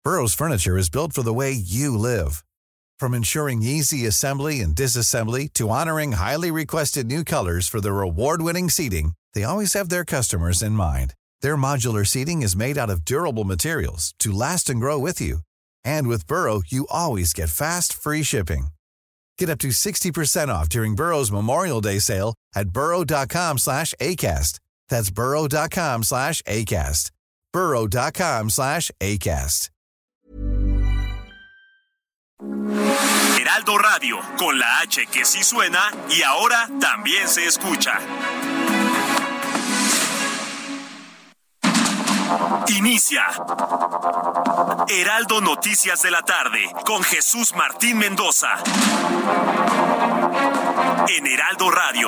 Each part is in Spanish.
Burrow's furniture is built for the way you live. From ensuring easy assembly and disassembly to honoring highly requested new colors for their award-winning seating, they always have their customers in mind. Their modular seating is made out of durable materials to last and grow with you. And with Burrow, you always get fast, free shipping. Get up to 60% off during Burrow's Memorial Day sale at burrow.com/ACAST. That's burrow.com/ACAST. burrow.com/ACAST. Heraldo Radio, con la H que sí suena y ahora también se escucha. Inicia Heraldo Noticias de la tarde con Jesús Martín Mendoza en Heraldo Radio.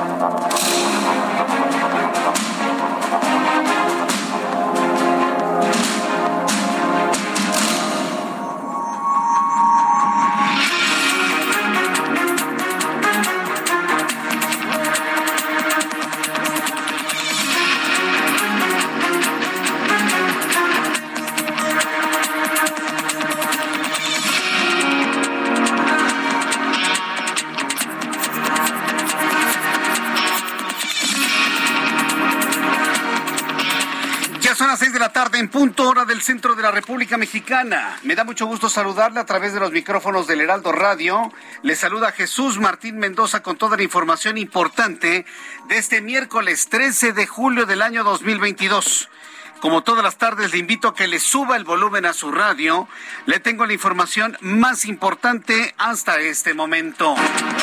Son las 6 de la tarde en punto, hora del centro de la República Mexicana. Me da mucho gusto saludarle a través de los micrófonos del Heraldo Radio. Le saluda Jesús Martín Mendoza con toda la información importante de este miércoles 13 de julio del año 2022. Como todas las tardes, le invito a que le suba el volumen a su radio. Le tengo la información más importante hasta este momento.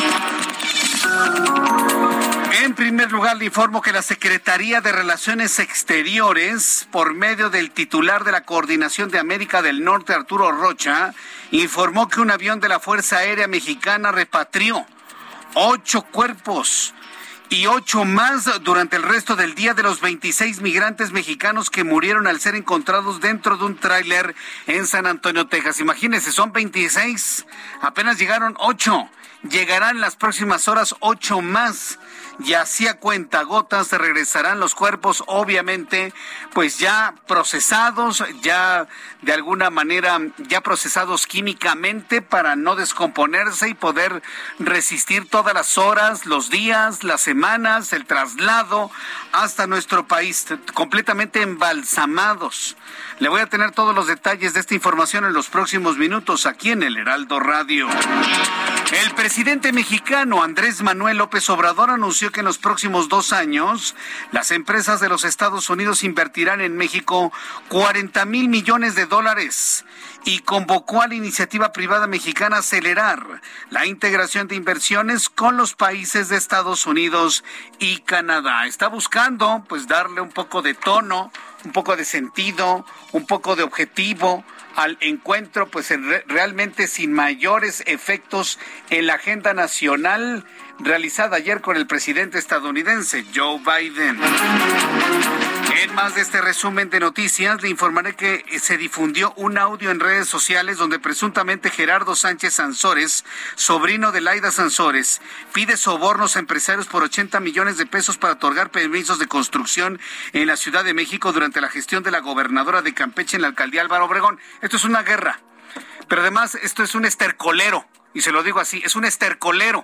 En primer lugar, le informo que la Secretaría de Relaciones Exteriores, por medio del titular de la Coordinación de América del Norte, Arturo Rocha, informó que un avión de la Fuerza Aérea Mexicana repatrió 8 cuerpos y 8 más durante el resto del día de los 26 migrantes mexicanos que murieron al ser encontrados dentro de un tráiler en San Antonio, Texas. Imagínense, son 26, apenas llegaron 8, llegarán en las próximas horas 8 más. Y así a cuentagotas se regresarán los cuerpos, obviamente, pues ya procesados, ya de alguna manera, ya procesados químicamente para no descomponerse y poder resistir todas las horas, los días, las semanas, el traslado hasta nuestro país, completamente embalsamados. Le voy a tener todos los detalles de esta información en los próximos minutos aquí en el Heraldo Radio. El presidente mexicano Andrés Manuel López Obrador anunció que en los próximos 2 años las empresas de los Estados Unidos invertirán en México $40,000 millones y convocó a la iniciativa privada mexicana a acelerar la integración de inversiones con los países de Estados Unidos y Canadá. Está buscando pues darle un poco de tono, un poco de sentido, un poco de objetivo al encuentro, pues realmente sin mayores efectos en la agenda nacional realizada ayer con el presidente estadounidense Joe Biden. En más de este resumen de noticias, le informaré que se difundió un audio en redes sociales donde presuntamente Gerardo Sánchez Sansores, sobrino de Laida Sansores, pide sobornos a empresarios por 80 millones de pesos para otorgar permisos de construcción en la Ciudad de México durante la gestión de la gobernadora de Campeche en la alcaldía Álvaro Obregón. Esto es una guerra, pero además esto es un estercolero, y se lo digo así, es un estercolero.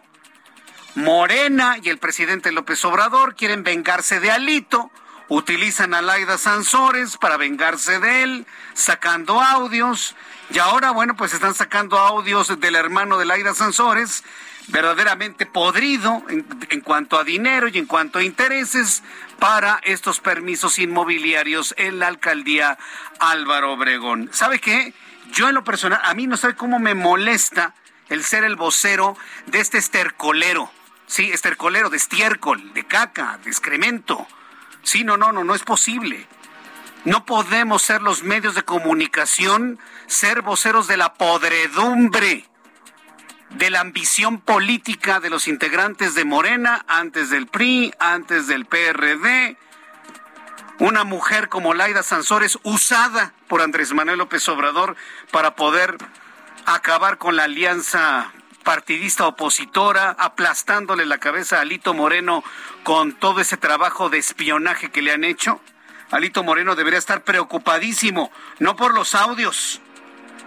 Morena y el presidente López Obrador quieren vengarse de Alito, utilizan a Laida Sansores para vengarse de él, sacando audios, y ahora, bueno, pues están sacando audios del hermano de Laida Sansores, verdaderamente podrido en cuanto a dinero y en cuanto a intereses para estos permisos inmobiliarios en la alcaldía Álvaro Obregón. ¿Sabe qué? Yo en lo personal, a mí no sabe cómo me molesta el ser el vocero de este estercolero. Sí, estercolero, de estiércol, de caca, de excremento. Sí, no es posible. No podemos ser los medios de comunicación, ser voceros de la podredumbre, de la ambición política de los integrantes de Morena, antes del PRI, antes del PRD. Una mujer como Laida Sansores, usada por Andrés Manuel López Obrador para poder acabar con la alianza partidista opositora, aplastándole la cabeza a Alito Moreno con todo ese trabajo de espionaje que le han hecho. Alito Moreno debería estar preocupadísimo, no por los audios,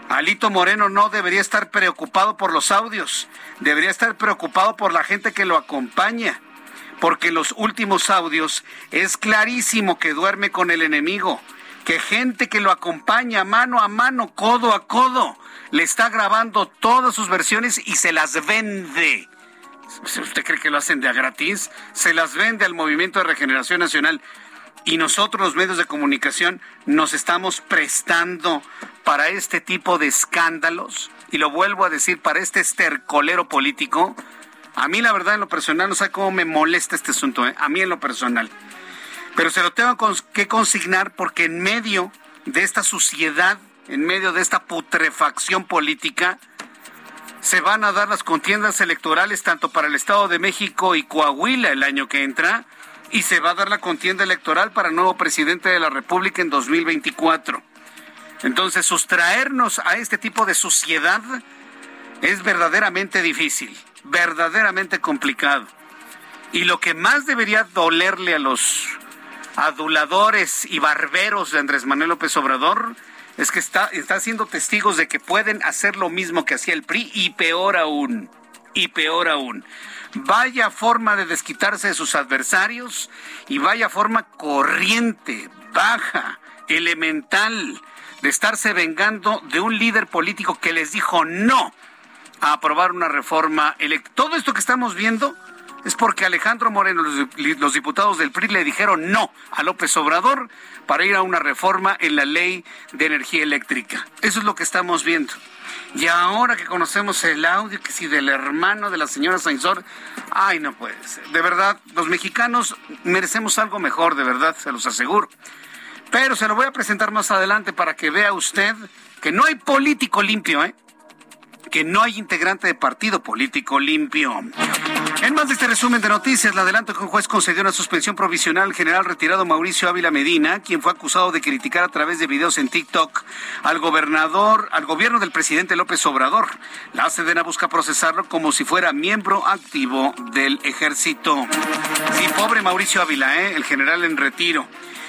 Alito Moreno no debería estar preocupado por los audios, debería estar preocupado por la gente que lo acompaña, porque en los últimos audios es clarísimo que duerme con el enemigo, que gente que lo acompaña mano a mano, codo a codo, le está grabando todas sus versiones y se las vende. ¿Usted cree que lo hacen de a gratis? Se las vende al Movimiento de Regeneración Nacional. Y nosotros, los medios de comunicación, nos estamos prestando para este tipo de escándalos. Y lo vuelvo a decir, para este estercolero político. A mí, la verdad, en lo personal, no sé cómo me molesta este asunto, ¿eh? A mí en lo personal. Pero se lo tengo que consignar porque en medio de esta suciedad, en medio de esta putrefacción política, se van a dar las contiendas electorales tanto para el Estado de México y Coahuila el año que entra, y se va a dar la contienda electoral para el nuevo presidente de la República en 2024. Entonces, sustraernos a este tipo de suciedad es verdaderamente difícil, verdaderamente complicado. Y lo que más debería dolerle a los aduladores y barberos de Andrés Manuel López Obrador es que está siendo testigos de que pueden hacer lo mismo que hacía el PRI y peor aún, y peor aún. Vaya forma de desquitarse de sus adversarios y vaya forma corriente, baja, elemental, de estarse vengando de un líder político que les dijo no a aprobar una reforma electoral. Todo esto que estamos viendo es porque Alejandro Moreno, los diputados del PRI le dijeron no a López Obrador para ir a una reforma en la ley de energía eléctrica. Eso es lo que estamos viendo. Y ahora que conocemos el audio, que si del hermano de la señora Sainzor, ay, no puede ser. De verdad, los mexicanos merecemos algo mejor, de verdad, se los aseguro. Pero se lo voy a presentar más adelante para que vea usted que no hay político limpio, que no hay integrante de partido político limpio. En más de este resumen de noticias, le adelanto que un juez concedió una suspensión provisional al general retirado Mauricio Ávila Medina, quien fue acusado de criticar a través de videos en TikTok al gobierno del presidente López Obrador. La Sedena busca procesarlo como si fuera miembro activo del ejército. Sí, pobre Mauricio Ávila, el general en retiro.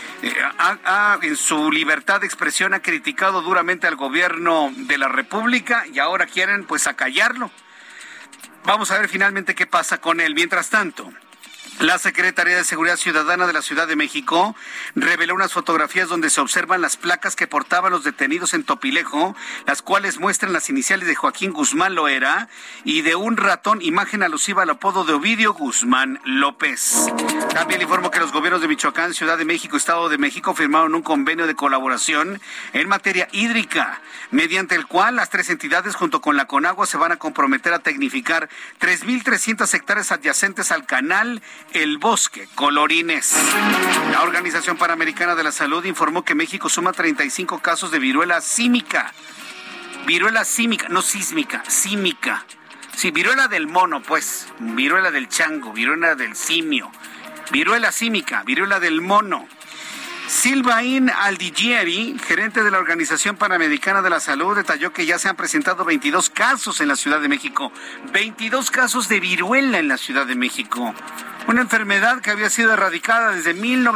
En su libertad de expresión ha criticado duramente al gobierno de la República y ahora quieren pues acallarlo. Vamos a ver finalmente qué pasa con él. Mientras tanto, la Secretaría de Seguridad Ciudadana de la Ciudad de México reveló unas fotografías donde se observan las placas que portaban los detenidos en Topilejo, las cuales muestran las iniciales de Joaquín Guzmán Loera y de un ratón, imagen alusiva al apodo de Ovidio Guzmán López. También informo que los gobiernos de Michoacán, Ciudad de México y Estado de México firmaron un convenio de colaboración en materia hídrica, mediante el cual las tres entidades junto con la Conagua se van a comprometer a tecnificar 3,300 hectáreas adyacentes al canal El Bosque Colorines. La Organización Panamericana de la Salud informó que México suma 35 casos de viruela símica. Viruela símica, no sísmica, símica. Sí, viruela del mono, pues. Viruela del chango, viruela del simio. Viruela símica, viruela del mono. Silvain Aldigieri, gerente de la Organización Panamericana de la Salud, detalló que ya se han presentado 22 casos en la Ciudad de México. 22 casos de viruela en la Ciudad de México. Una enfermedad que había sido erradicada desde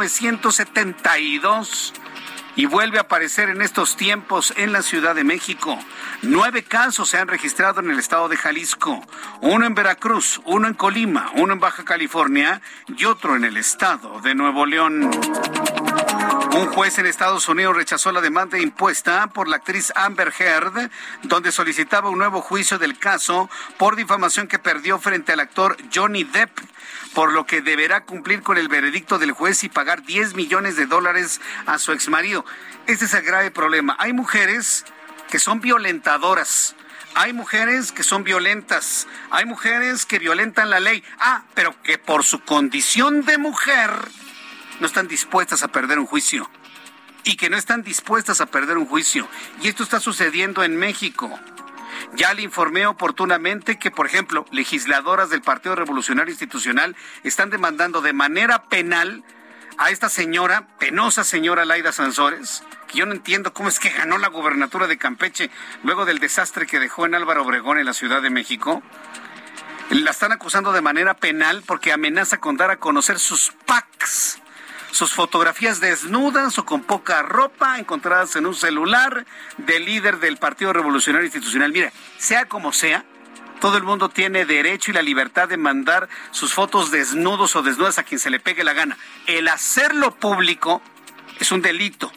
1972 y vuelve a aparecer en estos tiempos en la Ciudad de México. 9 casos se han registrado en el estado de Jalisco, 1 en Veracruz, 1 en Colima, 1 en Baja California y otro en el estado de Nuevo León. Un juez en Estados Unidos rechazó la demanda impuesta por la actriz Amber Heard, donde solicitaba un nuevo juicio del caso por difamación que perdió frente al actor Johnny Depp, por lo que deberá cumplir con el veredicto del juez y pagar $10 millones a su exmarido. Este es el grave problema. Hay mujeres que son violentadoras, hay mujeres que son violentas, hay mujeres que violentan la ley, pero que por su condición de mujer no están dispuestas a perder un juicio. Y que no están dispuestas a perder un juicio. Y esto está sucediendo en México. Ya le informé oportunamente que, por ejemplo, legisladoras del Partido Revolucionario Institucional están demandando de manera penal a esta señora, penosa señora Laida Sansores, que yo no entiendo cómo es que ganó la gubernatura de Campeche luego del desastre que dejó en Álvaro Obregón en la Ciudad de México. La están acusando de manera penal porque amenaza con dar a conocer sus PACs, sus fotografías desnudas o con poca ropa encontradas en un celular del líder del Partido Revolucionario Institucional. Mira, sea como sea, todo el mundo tiene derecho y la libertad de mandar sus fotos desnudos o desnudas a quien se le pegue la gana. El hacerlo público es un delito.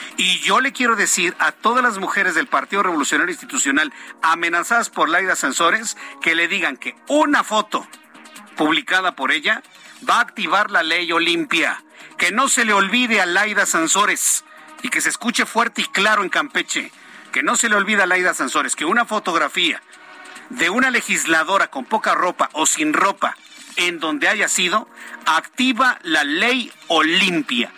Y yo le quiero decir a todas las mujeres del Partido Revolucionario Institucional amenazadas por Laida Sansores que le digan que una foto publicada por ella va a activar la ley Olimpia. Que no se le olvide a Laida Sansores y que se escuche fuerte y claro en Campeche. Que no se le olvide a Laida Sansores que una fotografía de una legisladora con poca ropa o sin ropa en donde haya sido, activa la ley Olimpia.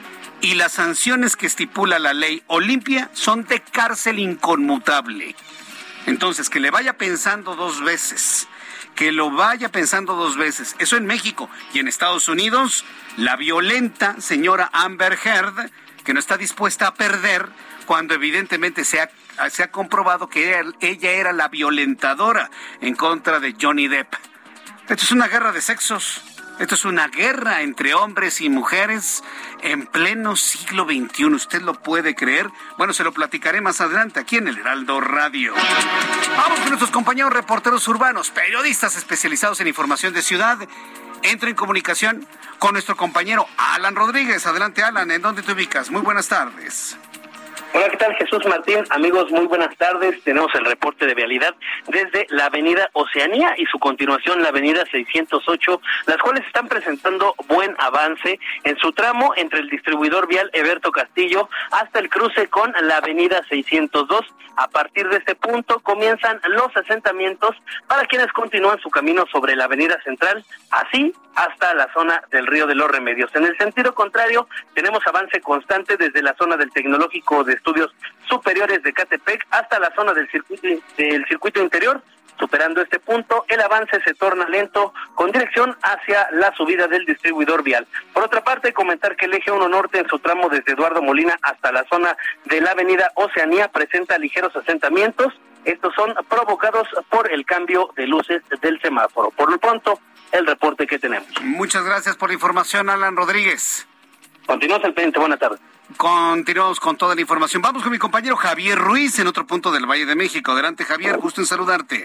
Y las sanciones que estipula la ley Olimpia son de cárcel inconmutable. Entonces, que le vaya pensando dos veces. Que lo vaya pensando dos veces. Eso en México. Y en Estados Unidos, la violenta señora Amber Heard, que no está dispuesta a perder cuando evidentemente se ha comprobado que ella era la violentadora en contra de Johnny Depp. Esto es una guerra de sexos. Esto es una guerra entre hombres y mujeres en pleno siglo XXI. ¿Usted lo puede creer? Bueno, se lo platicaré más adelante aquí en el Heraldo Radio. Vamos con nuestros compañeros reporteros urbanos, periodistas especializados en información de ciudad. Entro en comunicación con nuestro compañero Alan Rodríguez. Adelante, Alan, ¿en dónde te ubicas? Muy buenas tardes. Hola, ¿qué tal, Jesús Martín? Amigos, muy buenas tardes. Tenemos el reporte de vialidad desde la avenida Oceanía y su continuación, la avenida 608, las cuales están presentando buen avance en su tramo entre el distribuidor vial Eberto Castillo hasta el cruce con la avenida 602. A partir de este punto comienzan los asentamientos para quienes continúan su camino sobre la avenida Central, así hasta la zona del Río de los Remedios. En el sentido contrario, tenemos avance constante desde la zona del Tecnológico de Estudios Superiores de Catepec hasta la zona del circuito interior. Superando este punto, el avance se torna lento con dirección hacia la subida del distribuidor vial. Por otra parte, comentar que el eje 1 Norte en su tramo desde Eduardo Molina hasta la zona de la avenida Oceanía presenta ligeros asentamientos. Estos son provocados por el cambio de luces del semáforo. Por lo pronto, el reporte que tenemos. Muchas gracias por la información, Alan Rodríguez. Continuamos al pendiente. Buenas tardes. Continuamos con toda la información. Vamos con mi compañero Javier Ruiz en otro punto del Valle de México. Adelante, Javier, gusto en saludarte.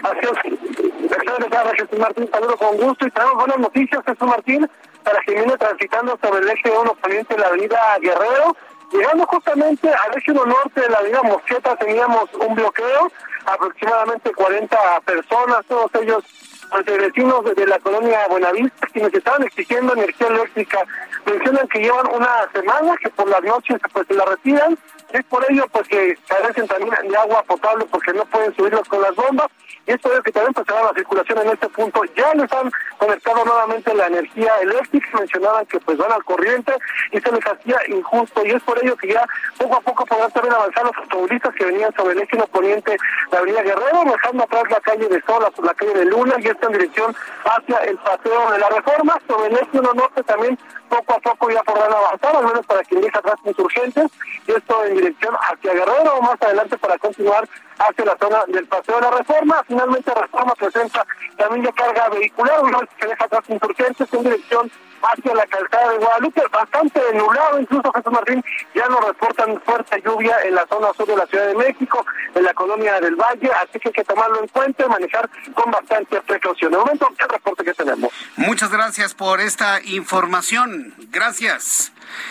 Gracias, Jesús Martín, saludo con gusto y tenemos buenas noticias, Jesús Martín, para quien viene transitando sobre el eje 1 poniente de la avenida Guerrero. Llegando justamente al eje 1 norte de la avenida Mosqueta teníamos un bloqueo, aproximadamente 40 personas, todos ellos vecinos de la colonia Buenavista, quienes estaban exigiendo energía eléctrica. Mencionan que llevan una semana, que por las noches pues se la retiran. Es por ello pues que carecen también de agua potable porque no pueden subirlos con las bombas. Y es por ello que también empezará la circulación en este punto. Ya les han conectado nuevamente la energía eléctrica. Mencionaban que pues van al corriente y se les hacía injusto. Y es por ello que ya poco a poco podrán también avanzar los automovilistas que venían sobre el eje poniente de la avenida Guerrero, dejando atrás la calle de Sol, la calle de Luna, y esto en dirección hacia el Paseo de la Reforma. Sobre el eje 1 norte también poco a poco ya podrán avanzar, al menos para quien deja atrás Insurgentes, y esto en dirección hacia Guerrero, o más adelante para continuar hacia la zona del Paseo de la Reforma. Finalmente Reforma presenta también ya carga vehicular, una vez que deja atrás Insurgentes en dirección hacia la calzada de Guadalupe, bastante nublado, incluso Jesús Martín, ya nos reportan fuerte lluvia en la zona sur de la Ciudad de México, en la colonia del Valle, así que hay que tomarlo en cuenta y manejar con bastante precaución. De momento, el reporte que tenemos. Muchas gracias por esta información. Gracias.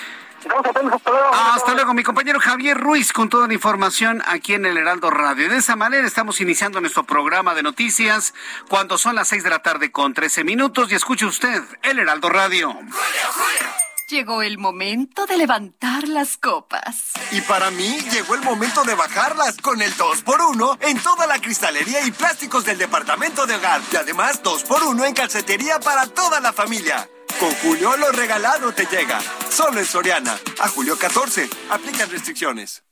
Hasta luego, mi compañero Javier Ruiz con toda la información aquí en el Heraldo Radio. De esa manera estamos iniciando nuestro programa de noticias cuando son las 6:13 p.m. y escuche usted el Heraldo Radio. Llegó el momento de levantar las copas. Y para mí llegó el momento de bajarlas con el 2x1 en toda la cristalería y plásticos del departamento de hogar. Y además 2x1 en calcetería para toda la familia. Con Julio lo regalado te llega. Solo en Soriana. A julio 14. Aplican restricciones.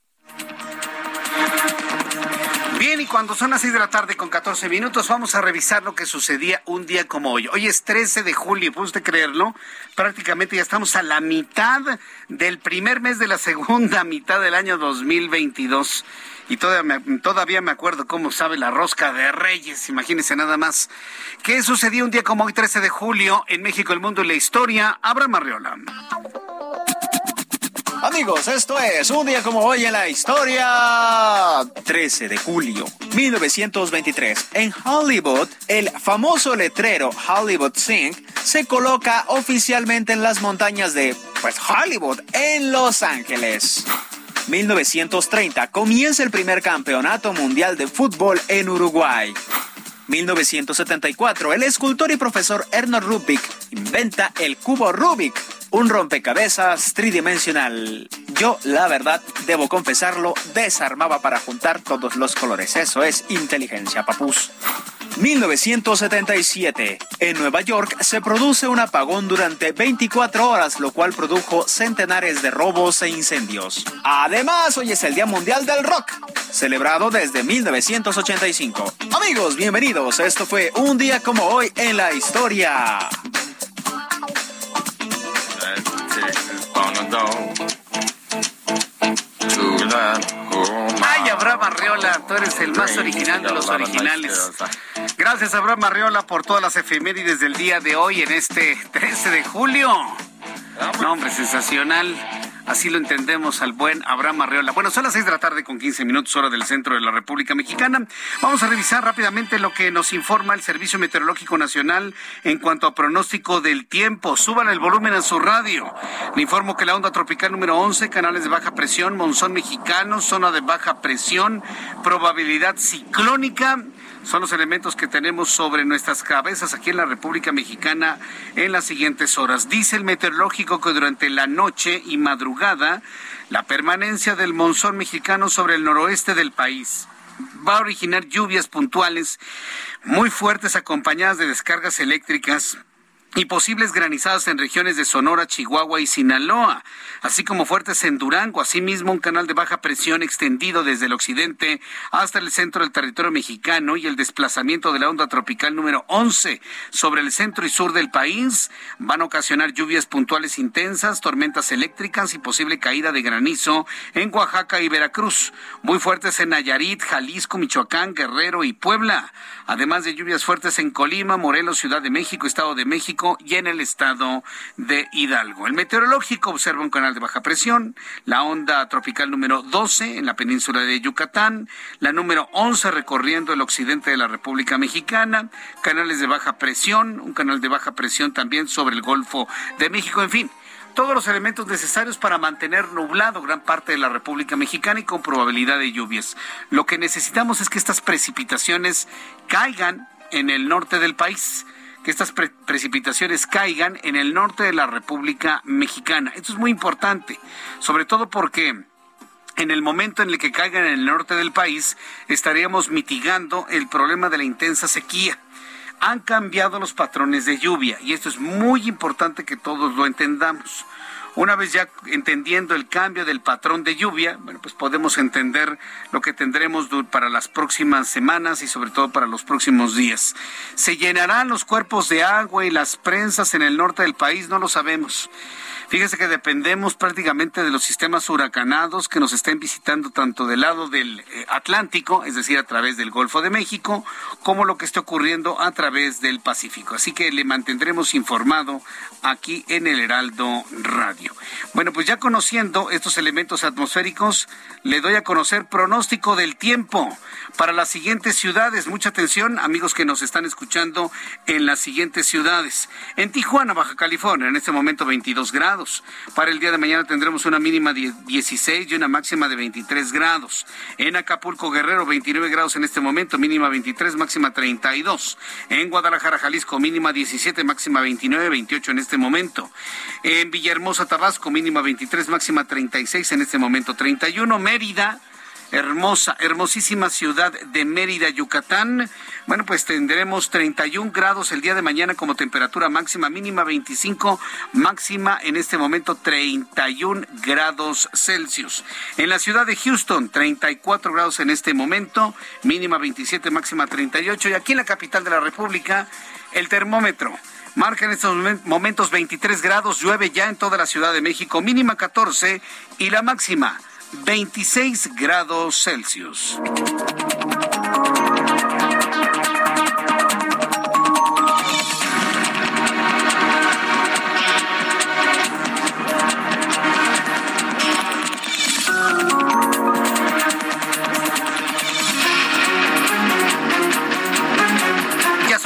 Bien, y cuando son las 6:14 p.m, vamos a revisar lo que sucedía un día como hoy. Hoy es 13 de julio, ¿puede usted creerlo? Prácticamente ya estamos a la mitad del primer mes de la segunda mitad del año 2022. Y todavía me acuerdo cómo sabe la rosca de Reyes, imagínense nada más. ¿Qué sucedió un día como hoy, 13 de julio, en México, el mundo y la historia? Abraham Arreola. Amigos, esto es un día como hoy en la historia. 13 de julio, 1923. En Hollywood, el famoso letrero Hollywood Sign se coloca oficialmente en las montañas de, Hollywood, en Los Ángeles. 1930. Comienza el primer campeonato mundial de fútbol en Uruguay. 1974. El escultor y profesor Ernest Rubik inventa el cubo Rubik, un rompecabezas tridimensional. Yo, la verdad, debo confesarlo, desarmaba para juntar todos los colores. Eso es inteligencia, papús. 1977. En Nueva York se produce un apagón durante 24 horas, lo cual produjo centenares de robos e incendios. Además, hoy es el Día Mundial del Rock, celebrado desde 1985. Amigos, bienvenidos. Esto fue un día como hoy en la historia. Ay, Abraham Arreola, tú eres el más original de los originales. Gracias, Abraham Arreola, por todas las efemérides del día de hoy en este 13 de julio. No, hombre, sensacional. Así lo entendemos al buen Abraham Arreola. Bueno, son las 6 de la tarde con 15 minutos, hora del centro de la República Mexicana. Vamos a revisar rápidamente lo que nos informa el Servicio Meteorológico Nacional en cuanto a pronóstico del tiempo. Suban el volumen a su radio. Le informo que la onda tropical número 11, canales de baja presión, monzón mexicano, zona de baja presión, probabilidad ciclónica, son los elementos que tenemos sobre nuestras cabezas aquí en la República Mexicana en las siguientes horas. Dice el meteorológico que durante la noche y madrugada, la permanencia del monzón mexicano sobre el noroeste del país va a originar lluvias puntuales muy fuertes acompañadas de descargas eléctricas y posibles granizadas en regiones de Sonora, Chihuahua y Sinaloa, así como fuertes en Durango. Asimismo, un canal de baja presión extendido desde el occidente hasta el centro del territorio mexicano y el desplazamiento de la onda tropical número 11 sobre el centro y sur del país van a ocasionar lluvias puntuales intensas, tormentas eléctricas y posible caída de granizo en Oaxaca y Veracruz, muy fuertes en Nayarit, Jalisco, Michoacán, Guerrero y Puebla, además de lluvias fuertes en Colima, Morelos, Ciudad de México, Estado de México y en el estado de Hidalgo. El meteorológico observa un canal de baja presión, la onda tropical número 12 en la península de Yucatán, la número 11 recorriendo el occidente de la República Mexicana, canales de baja presión, un canal de baja presión también sobre el Golfo de México, en fin, todos los elementos necesarios para mantener nublado gran parte de la República Mexicana y con probabilidad de lluvias. Lo que necesitamos es que estas precipitaciones caigan en el norte del país, que estas precipitaciones caigan en el norte de la República Mexicana. Esto es muy importante, sobre todo porque en el momento en el que caigan en el norte del país, estaríamos mitigando el problema de la intensa sequía. Han cambiado los patrones de lluvia y esto es muy importante que todos lo entendamos. Una vez ya entendiendo el cambio del patrón de lluvia, bueno, pues podemos entender lo que tendremos para las próximas semanas y sobre todo para los próximos días. ¿Se llenarán los cuerpos de agua y las presas en el norte del país? No lo sabemos. Fíjese que dependemos prácticamente de los sistemas huracanados que nos estén visitando tanto del lado del Atlántico, es decir, a través del Golfo de México, como lo que esté ocurriendo a través del Pacífico. Así que le mantendremos informado aquí en el Heraldo Radio. Bueno, pues ya conociendo estos elementos atmosféricos, le doy a conocer pronóstico del tiempo para las siguientes ciudades. Mucha atención, amigos que nos están escuchando en las siguientes ciudades. En Tijuana, Baja California, en este momento 22 grados. Para el día de mañana tendremos una mínima de 16 y una máxima de 23 grados. En Acapulco, Guerrero, 29 grados en este momento, mínima 23, máxima 32. En Guadalajara, Jalisco, mínima 17, máxima 29, 28 en este momento. En Villahermosa, Tabasco, mínima 23, máxima 36, en este momento 31. Mérida, hermosísima ciudad de Mérida, Yucatán. Bueno, pues tendremos 31 grados el día de mañana como temperatura máxima, mínima 25, máxima en este momento 31 grados Celsius. En la ciudad de Houston, 34 grados en este momento, mínima 27, máxima 38. Y aquí en la capital de la República, el termómetro marca en estos momentos 23 grados, llueve ya en toda la Ciudad de México, mínima 14 y la máxima 26 grados Celsius.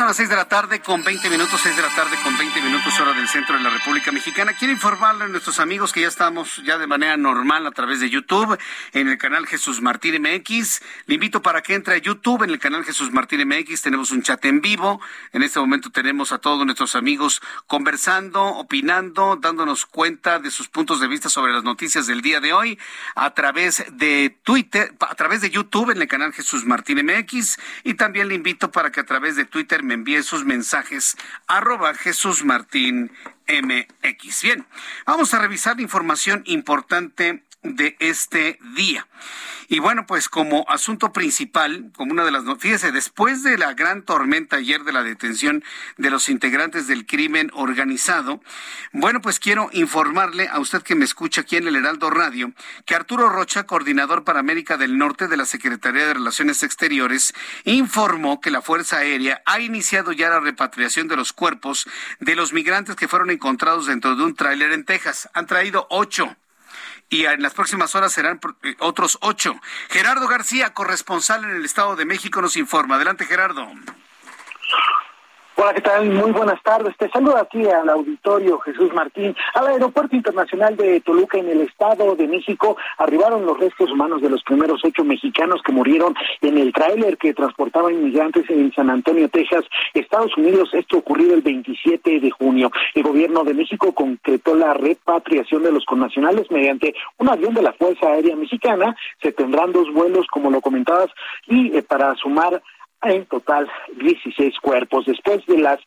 son las 6 de la tarde con 20 minutos, 6 de la tarde con 20 minutos, hora del centro de la República Mexicana. Quiero informarle a nuestros amigos que ya estamos ya de manera normal a través de YouTube, en el canal Jesús Martín MX. Le invito para que entre a YouTube, en el canal Jesús Martín MX. Tenemos un chat en vivo. En este momento tenemos a todos nuestros amigos conversando, opinando, dándonos cuenta de sus puntos de vista sobre las noticias del día de hoy a través de Twitter, a través de YouTube, en el canal Jesús Martín MX. Y también le invito para que a través de Twitter me envíe sus mensajes @Jesús Martín MX. Bien, vamos a revisar la información importante de este día. Y bueno, pues como asunto principal, como una de las fíjese, después de la gran tormenta ayer de la detención de los integrantes del crimen organizado, bueno, pues quiero informarle a usted que me escucha aquí en el Heraldo Radio, que Arturo Rocha, coordinador para América del Norte de la Secretaría de Relaciones Exteriores, informó que la Fuerza Aérea ha iniciado ya la repatriación de los cuerpos de los migrantes que fueron encontrados dentro de un tráiler en Texas. Han traído 8. Y en las próximas horas serán otros 8. Gerardo García, corresponsal en el Estado de México, nos informa. Adelante, Gerardo. Hola, ¿qué tal? Muy buenas tardes. Te saludo aquí al auditorio Jesús Martín. Al Aeropuerto Internacional de Toluca, en el Estado de México, arribaron los restos humanos de los primeros 8 mexicanos que murieron en el tráiler que transportaba inmigrantes en San Antonio, Texas, Estados Unidos. Esto ocurrió el 27 de junio. El gobierno de México concretó la repatriación de los connacionales mediante un avión de la Fuerza Aérea Mexicana. Se tendrán 2 vuelos, como lo comentabas, y para sumar en total 16 cuerpos. Después de las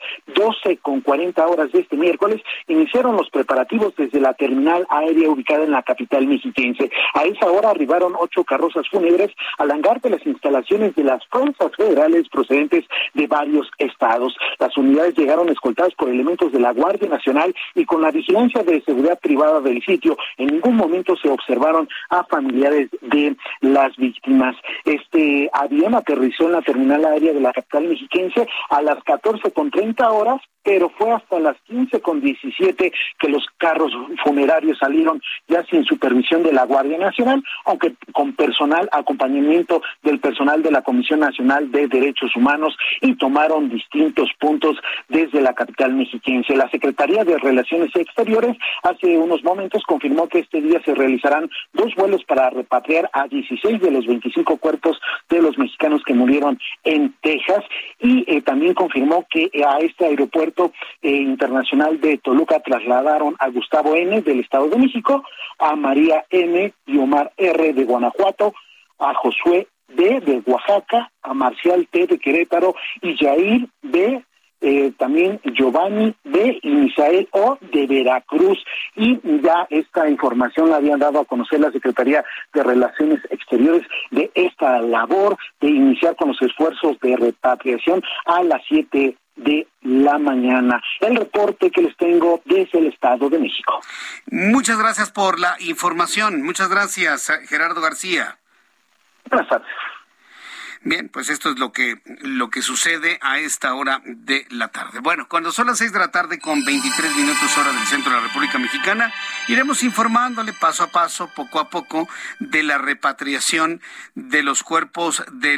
12:40 de este miércoles, iniciaron los preparativos desde la terminal aérea ubicada en la capital mexiquense. A esa hora arribaron 8 carrozas fúnebres al hangar de las instalaciones de las fuerzas federales procedentes de varios estados. Las unidades llegaron escoltadas por elementos de la Guardia Nacional y con la vigilancia de seguridad privada del sitio. En ningún momento se observaron a familiares de las víctimas. Este avión aterrizó en la terminal aérea de la capital mexiquense a las 14:30, pero fue hasta las 15:17 que los carros funerarios salieron ya sin supervisión de la Guardia Nacional, aunque con acompañamiento del personal de la Comisión Nacional de Derechos Humanos, y tomaron distintos puntos desde la capital mexiquense. La Secretaría de Relaciones Exteriores hace unos momentos confirmó que este día se realizarán 2 vuelos para repatriar a 16 de los 25 cuerpos de los mexicanos que murieron en Texas, y también confirmó que a este aeropuerto internacional de Toluca trasladaron a Gustavo N. del Estado de México, a María M. y Omar R. de Guanajuato, a Josué D. de Oaxaca, a Marcial T. de Querétaro, y Jair B., también Giovanni B. y Misael O. de Veracruz. Y ya esta información la habían dado a conocer la Secretaría de Relaciones Exteriores de esta labor de iniciar con los esfuerzos de repatriación a las 7 de la mañana. El reporte que les tengo desde el Estado de México. Muchas gracias por la información. Muchas gracias, Gerardo García. Buenas tardes. Bien, pues esto es lo que sucede a esta hora de la tarde. Bueno, cuando son las 6 de la tarde con 23 minutos hora del centro de la República Mexicana, iremos informándole paso a paso, poco a poco, de la repatriación de los cuerpos de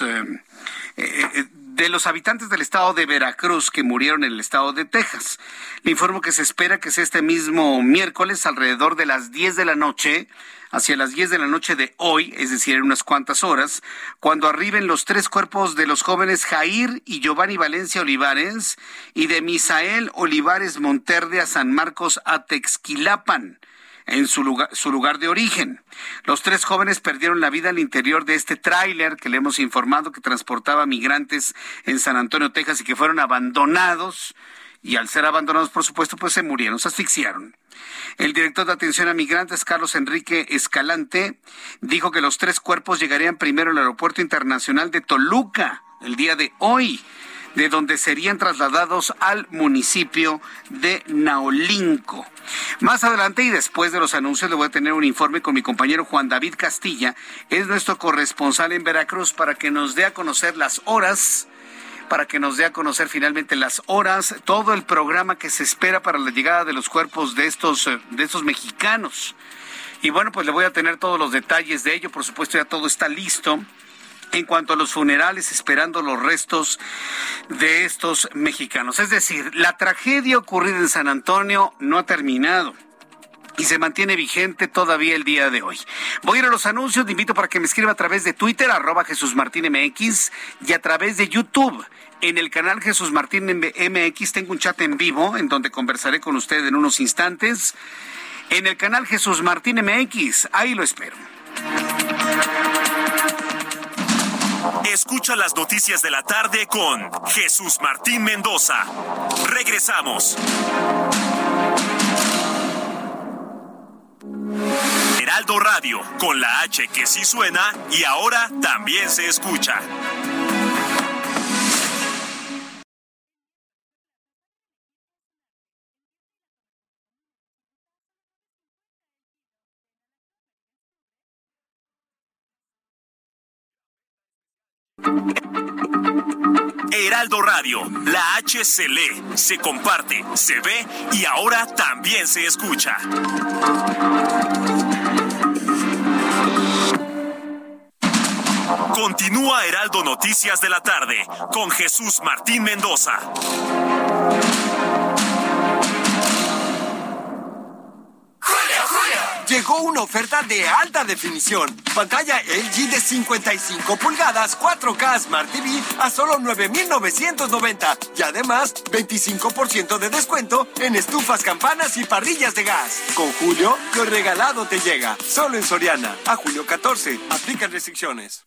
los habitantes del estado de Veracruz que murieron en el estado de Texas. Le informo que se espera que sea este mismo miércoles alrededor de las 10 de la noche, hacia las 10 de la noche de hoy, es decir, en unas cuantas horas, cuando arriben los 3 cuerpos de los jóvenes Jair y Giovanni Valencia Olivares y de Misael Olivares Monterde a San Marcos Atexquilapan, en su lugar de origen. Los 3 jóvenes perdieron la vida al interior de este tráiler que le hemos informado que transportaba migrantes en San Antonio, Texas, y que fueron abandonados, y al ser abandonados, por supuesto, pues se murieron, se asfixiaron. El director de atención a migrantes, Carlos Enrique Escalante, dijo que los 3 cuerpos llegarían primero al Aeropuerto Internacional de Toluca el día de hoy, de donde serían trasladados al municipio de Naolinco. Más adelante y después de los anuncios le voy a tener un informe con mi compañero Juan David Castilla, es nuestro corresponsal en Veracruz, para que nos dé a conocer las horas, finalmente las horas, todo el programa que se espera para la llegada de los cuerpos de estos mexicanos. Y bueno, pues le voy a tener todos los detalles de ello. Por supuesto, ya todo está listo. en cuanto a los funerales, esperando los restos de estos mexicanos. Es decir, la tragedia ocurrida en San Antonio no ha terminado y se mantiene vigente todavía el día de hoy. Voy a ir a los anuncios, te invito para que me escriba a través de Twitter, @JesúsMartínMX, y a través de YouTube. En el canal Jesús Martín MX tengo un chat en vivo en donde conversaré con usted en unos instantes. En el canal Jesús Martín MX, ahí lo espero. Escucha las noticias de la tarde con Jesús Martín Mendoza. Regresamos. Heraldo Radio, con la H que sí suena y ahora también se escucha. Heraldo Radio, la H se lee, se comparte, se ve y ahora también se escucha. Continúa Heraldo Noticias de la tarde con Jesús Martín Mendoza. Llegó una oferta de alta definición. Pantalla LG de 55 pulgadas, 4K Smart TV a solo 9,990. Y además, 25% de descuento en estufas, campanas y parrillas de gas. Con Julio, lo regalado te llega. Solo en Soriana. A julio 14. Aplican restricciones.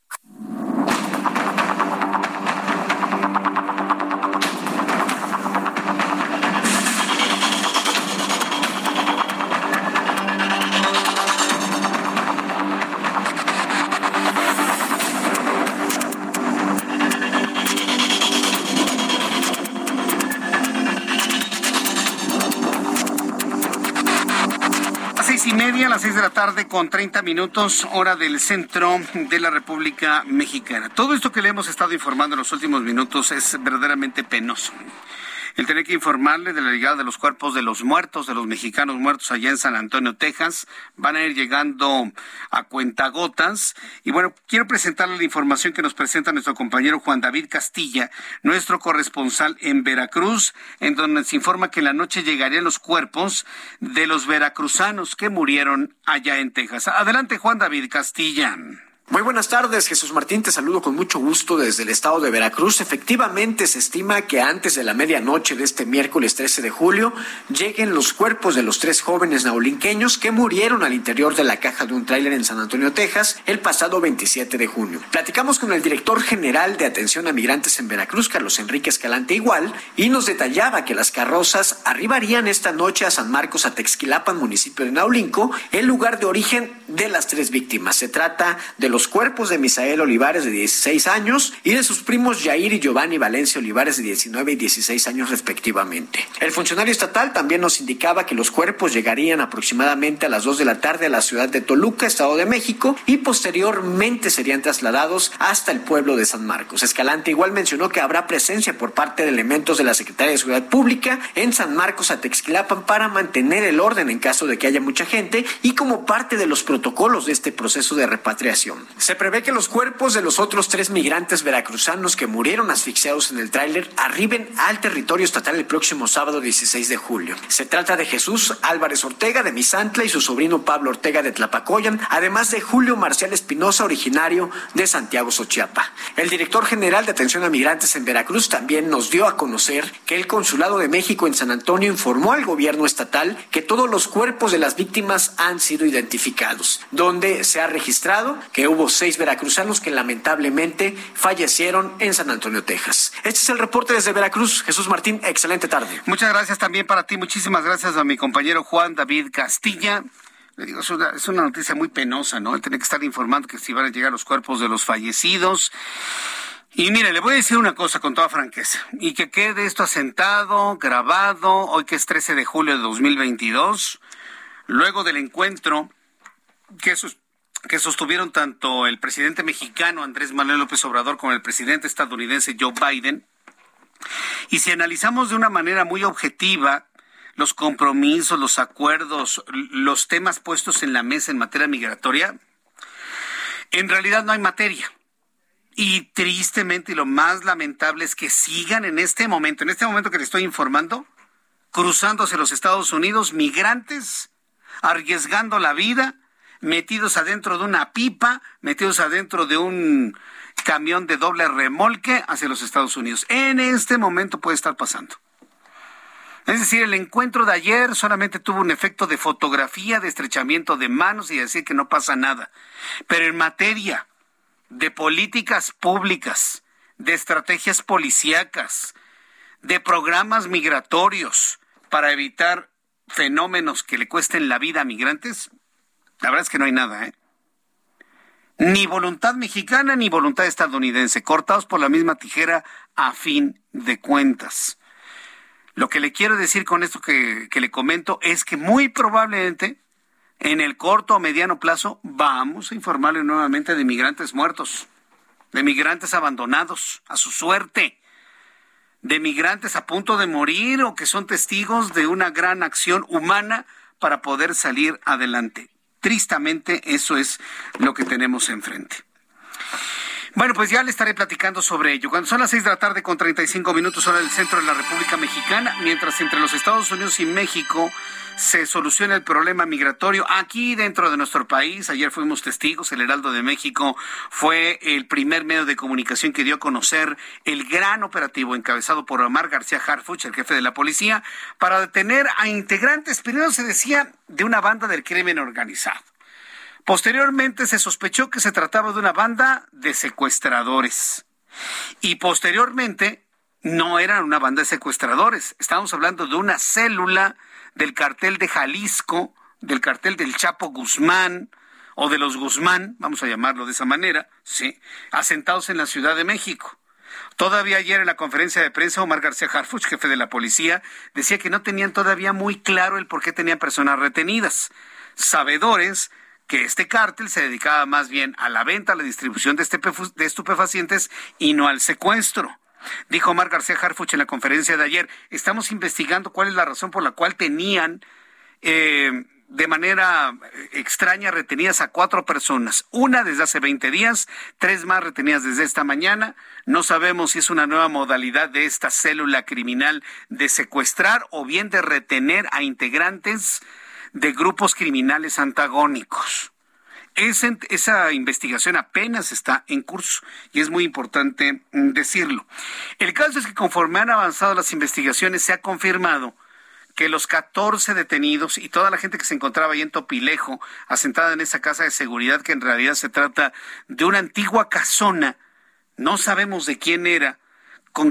A las 6 de la tarde con 30 minutos, hora del centro de la República Mexicana. Todo esto que le hemos estado informando en los últimos minutos es verdaderamente penoso. El tener que informarle de la llegada de los cuerpos de los muertos, de los mexicanos muertos allá en San Antonio, Texas. Van a ir llegando a cuentagotas. Y bueno, quiero presentarle la información que nos presenta nuestro compañero Juan David Castilla, nuestro corresponsal en Veracruz, en donde se informa que en la noche llegarían los cuerpos de los veracruzanos que murieron allá en Texas. Adelante, Juan David Castilla. Muy buenas tardes, Jesús Martín, te saludo con mucho gusto desde el estado de Veracruz. Efectivamente, se estima que antes de la medianoche de este miércoles 13 de julio lleguen los cuerpos de los 3 jóvenes naulinqueños que murieron al interior de la caja de un tráiler en San Antonio, Texas, el pasado 27 de junio. Platicamos con el director general de Atención a Migrantes en Veracruz, Carlos Enrique Escalante Igual, y nos detallaba que las carrozas arribarían esta noche a San Marcos, Atexquilapan, municipio de Naulinco, el lugar de origen de las 3 víctimas. Se trata de los cuerpos de Misael Olivares, de 16 años, y de sus primos Yair y Giovanni Valencia Olivares, de 19 y 16 años respectivamente. El funcionario estatal también nos indicaba que los cuerpos llegarían aproximadamente a las 2 de la tarde a la ciudad de Toluca, Estado de México, y posteriormente serían trasladados hasta el pueblo de San Marcos. Escalante igual mencionó que habrá presencia por parte de elementos de la Secretaría de Seguridad Pública en San Marcos, Atexquilapan, para mantener el orden en caso de que haya mucha gente y como parte de los protocolos de este proceso de repatriación. Se prevé que los cuerpos de los otros 3 migrantes veracruzanos que murieron asfixiados en el tráiler arriben al territorio estatal el próximo sábado 16 de julio. Se trata de Jesús Álvarez Ortega de Misantla y su sobrino Pablo Ortega de Tlapacoyan, además de Julio Marcial Espinosa, originario de Santiago, Xochiapa. El director general de Atención a Migrantes en Veracruz también nos dio a conocer que el Consulado de México en San Antonio informó al gobierno estatal que todos los cuerpos de las víctimas han sido identificados, donde se ha registrado que hubo 6 veracruzanos que lamentablemente fallecieron en San Antonio, Texas. Este es el reporte desde Veracruz. Jesús Martín, excelente tarde. Muchas gracias también para ti. Muchísimas gracias a mi compañero Juan David Castilla. Le digo, es una noticia muy penosa, ¿no? Tener que estar informando que si van a llegar los cuerpos de los fallecidos. Y mire, le voy a decir una cosa con toda franqueza, y que quede esto asentado, grabado, hoy que es 13 de julio de 2022, luego del encuentro que sostuvieron tanto el presidente mexicano Andrés Manuel López Obrador como el presidente estadounidense Joe Biden. Y si analizamos de una manera muy objetiva los compromisos, los acuerdos, los temas puestos en la mesa en materia migratoria, en realidad no hay materia. Y tristemente, y lo más lamentable es que sigan en este momento que le estoy informando, cruzándose los Estados Unidos, migrantes, arriesgando la vida, metidos adentro de una pipa, metidos adentro de un camión de doble remolque hacia los Estados Unidos. En este momento puede estar pasando. Es decir, el encuentro de ayer solamente tuvo un efecto de fotografía, de estrechamiento de manos y decir que no pasa nada. Pero en materia de políticas públicas, de estrategias policíacas, de programas migratorios para evitar fenómenos que le cuesten la vida a migrantes, la verdad es que no hay nada, ¿eh? Ni voluntad mexicana ni voluntad estadounidense, cortados por la misma tijera a fin de cuentas. Lo que le quiero decir con esto que le comento es que muy probablemente en el corto o mediano plazo vamos a informarle nuevamente de migrantes muertos, de migrantes abandonados a su suerte, de migrantes a punto de morir o que son testigos de una gran acción humana para poder salir adelante. Tristemente, eso es lo que tenemos enfrente. Bueno, pues ya le estaré platicando sobre ello. Cuando son las 6:35 p.m, hora del centro de la República Mexicana, mientras entre los Estados Unidos y México se soluciona el problema migratorio aquí dentro de nuestro país. Ayer fuimos testigos, el Heraldo de México fue el primer medio de comunicación que dio a conocer el gran operativo encabezado por Omar García Harfuch, el jefe de la policía, para detener a integrantes, primero se decía, de una banda del crimen organizado. Posteriormente se sospechó que se trataba de una banda de secuestradores. Y posteriormente no eran una banda de secuestradores. Estábamos hablando de una célula del cartel de Jalisco, del cartel del Chapo Guzmán, o de los Guzmán, vamos a llamarlo de esa manera, sí, asentados en la Ciudad de México. Todavía ayer en la conferencia de prensa, Omar García Harfuch, jefe de la policía, decía que no tenían todavía muy claro el por qué tenían personas retenidas. Que este cártel se dedicaba más bien a la venta, a la distribución de estupefacientes y no al secuestro. Dijo Omar García Harfuch en la conferencia de ayer, estamos investigando cuál es la razón por la cual tenían de manera extraña retenidas a 4 personas. Una desde hace 20 días, 3 más retenidas desde esta mañana. No sabemos si es una nueva modalidad de esta célula criminal de secuestrar o bien de retener a integrantes de grupos criminales antagónicos. Esa investigación apenas está en curso y es muy importante decirlo. El caso es que conforme han avanzado las investigaciones se ha confirmado que los 14 detenidos y toda la gente que se encontraba ahí en Topilejo, asentada en esa casa de seguridad, que en realidad se trata de una antigua casona, no sabemos de quién era, con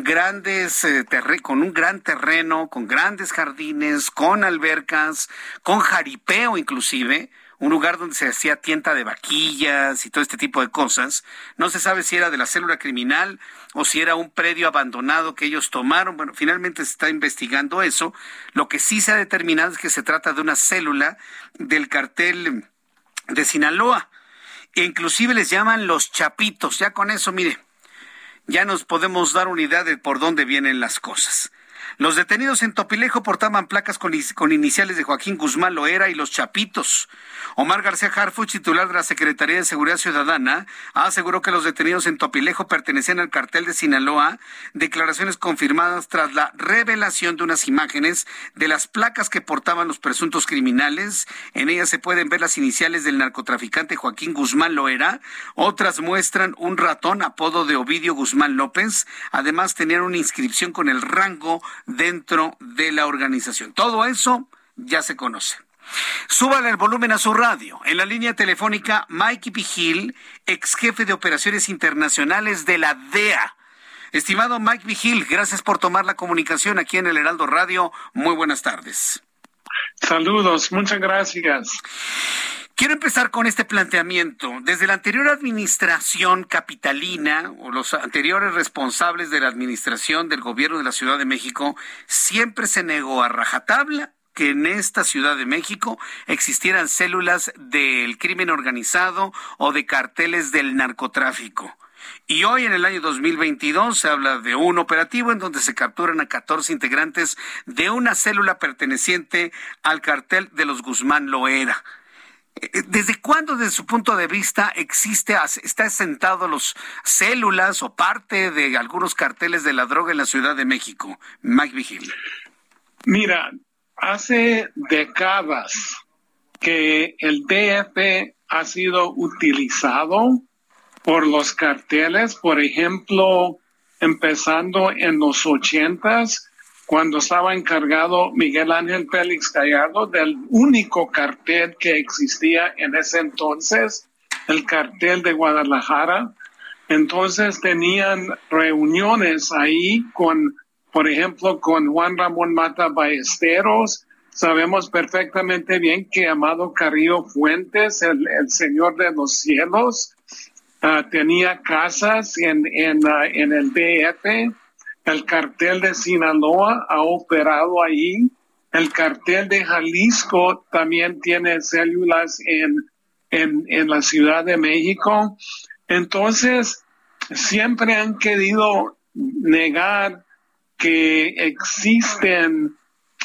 con un gran terreno, con grandes jardines, con albercas, con jaripeo inclusive, un lugar donde se hacía tienta de vaquillas y todo este tipo de cosas. No se sabe si era de la célula criminal o si era un predio abandonado que ellos tomaron. Bueno, finalmente se está investigando eso. Lo que sí se ha determinado es que se trata de una célula del cartel de Sinaloa. E inclusive les llaman los Chapitos. Ya con eso, mire, ya nos podemos dar una idea de por dónde vienen las cosas. Los detenidos en Topilejo portaban placas con iniciales de Joaquín Guzmán Loera y los Chapitos. Omar García Harfuch, titular de la Secretaría de Seguridad Ciudadana, aseguró que los detenidos en Topilejo pertenecían al cartel de Sinaloa, declaraciones confirmadas tras la revelación de unas imágenes de las placas que portaban los presuntos criminales. En ellas se pueden ver las iniciales del narcotraficante Joaquín Guzmán Loera, otras muestran un ratón apodo de Ovidio Guzmán López, además tenían una inscripción con el rango dentro de la organización. Todo eso ya se conoce. Súbale el volumen a su radio. En la línea telefónica, Mike Vigil, ex jefe de operaciones internacionales de la DEA. Estimado Mike Vigil, gracias por tomar la comunicación aquí en el Heraldo Radio. Muy buenas tardes. Saludos, muchas gracias. Quiero empezar con este planteamiento. Desde la anterior administración capitalina o los anteriores responsables de la administración del gobierno de la Ciudad de México, siempre se negó a rajatabla que en esta Ciudad de México existieran células del crimen organizado o de carteles del narcotráfico. Y hoy, en el año 2022, se habla de un operativo en donde se capturan a 14 integrantes de una célula perteneciente al cartel de los Guzmán Loera. ¿Desde cuándo, desde su punto de vista, está sentado los células o parte de algunos carteles de la droga en la Ciudad de México? Mike Vigil. Mira, hace décadas que el DF ha sido utilizado por los carteles, por ejemplo, empezando en los 80s, cuando estaba encargado Miguel Ángel Félix Gallardo del único cartel que existía en ese entonces, el cartel de Guadalajara. Entonces tenían reuniones ahí con, por ejemplo, con Juan Ramón Mata Ballesteros. Sabemos perfectamente bien que Amado Carrillo Fuentes, el señor de los cielos, tenía casas en el DF. El cartel de Sinaloa ha operado ahí. El cartel de Jalisco también tiene células en la Ciudad de México. Entonces, siempre han querido negar que existen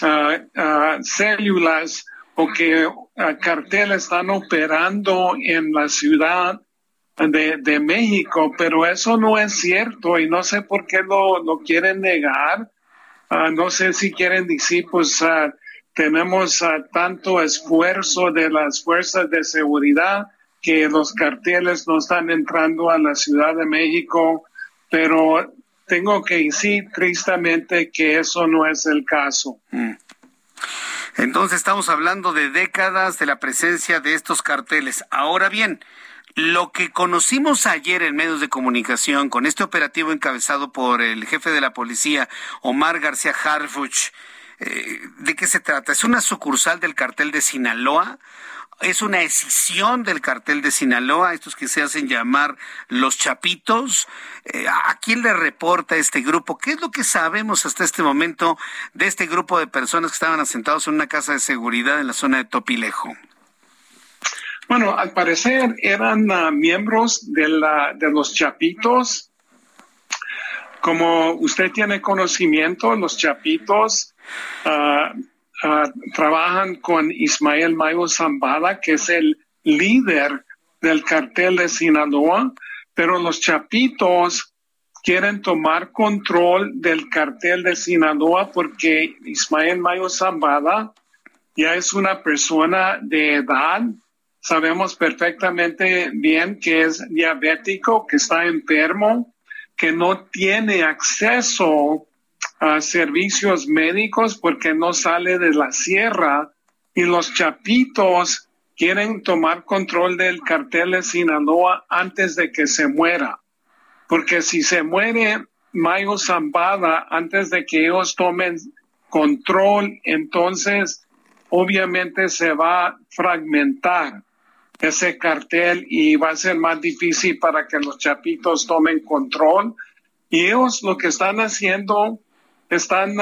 células o que carteles están operando en la Ciudad de México, pero eso no es cierto y no sé por qué lo quieren negar. No sé si quieren decir, pues tenemos tanto esfuerzo de las fuerzas de seguridad que los carteles no están entrando a la Ciudad de México, pero tengo que decir tristemente que eso no es el caso. Entonces estamos hablando de décadas de la presencia de estos carteles. Ahora bien, lo que conocimos ayer en medios de comunicación con este operativo encabezado por el jefe de la policía, Omar García Harfuch, ¿de qué se trata? ¿Es una sucursal del cartel de Sinaloa? ¿Es una escisión del cartel de Sinaloa, estos que se hacen llamar los Chapitos? ¿A quién le reporta este grupo? ¿Qué es lo que sabemos hasta este momento de este grupo de personas que estaban asentados en una casa de seguridad en la zona de Topilejo? Bueno, al parecer eran miembros de los Chapitos. Como usted tiene conocimiento, los Chapitos trabajan con Ismael Mayo Zambada, que es el líder del cartel de Sinaloa, pero los Chapitos quieren tomar control del cartel de Sinaloa porque Ismael Mayo Zambada ya es una persona de edad. Sabemos perfectamente bien que es diabético, que está enfermo, que no tiene acceso a servicios médicos porque no sale de la sierra, y los Chapitos quieren tomar control del cartel de Sinaloa antes de que se muera. Porque si se muere Mayo Zambada antes de que ellos tomen control, entonces obviamente se va a fragmentar ese cartel y va a ser más difícil para que los Chapitos tomen control. Y ellos lo que están haciendo, están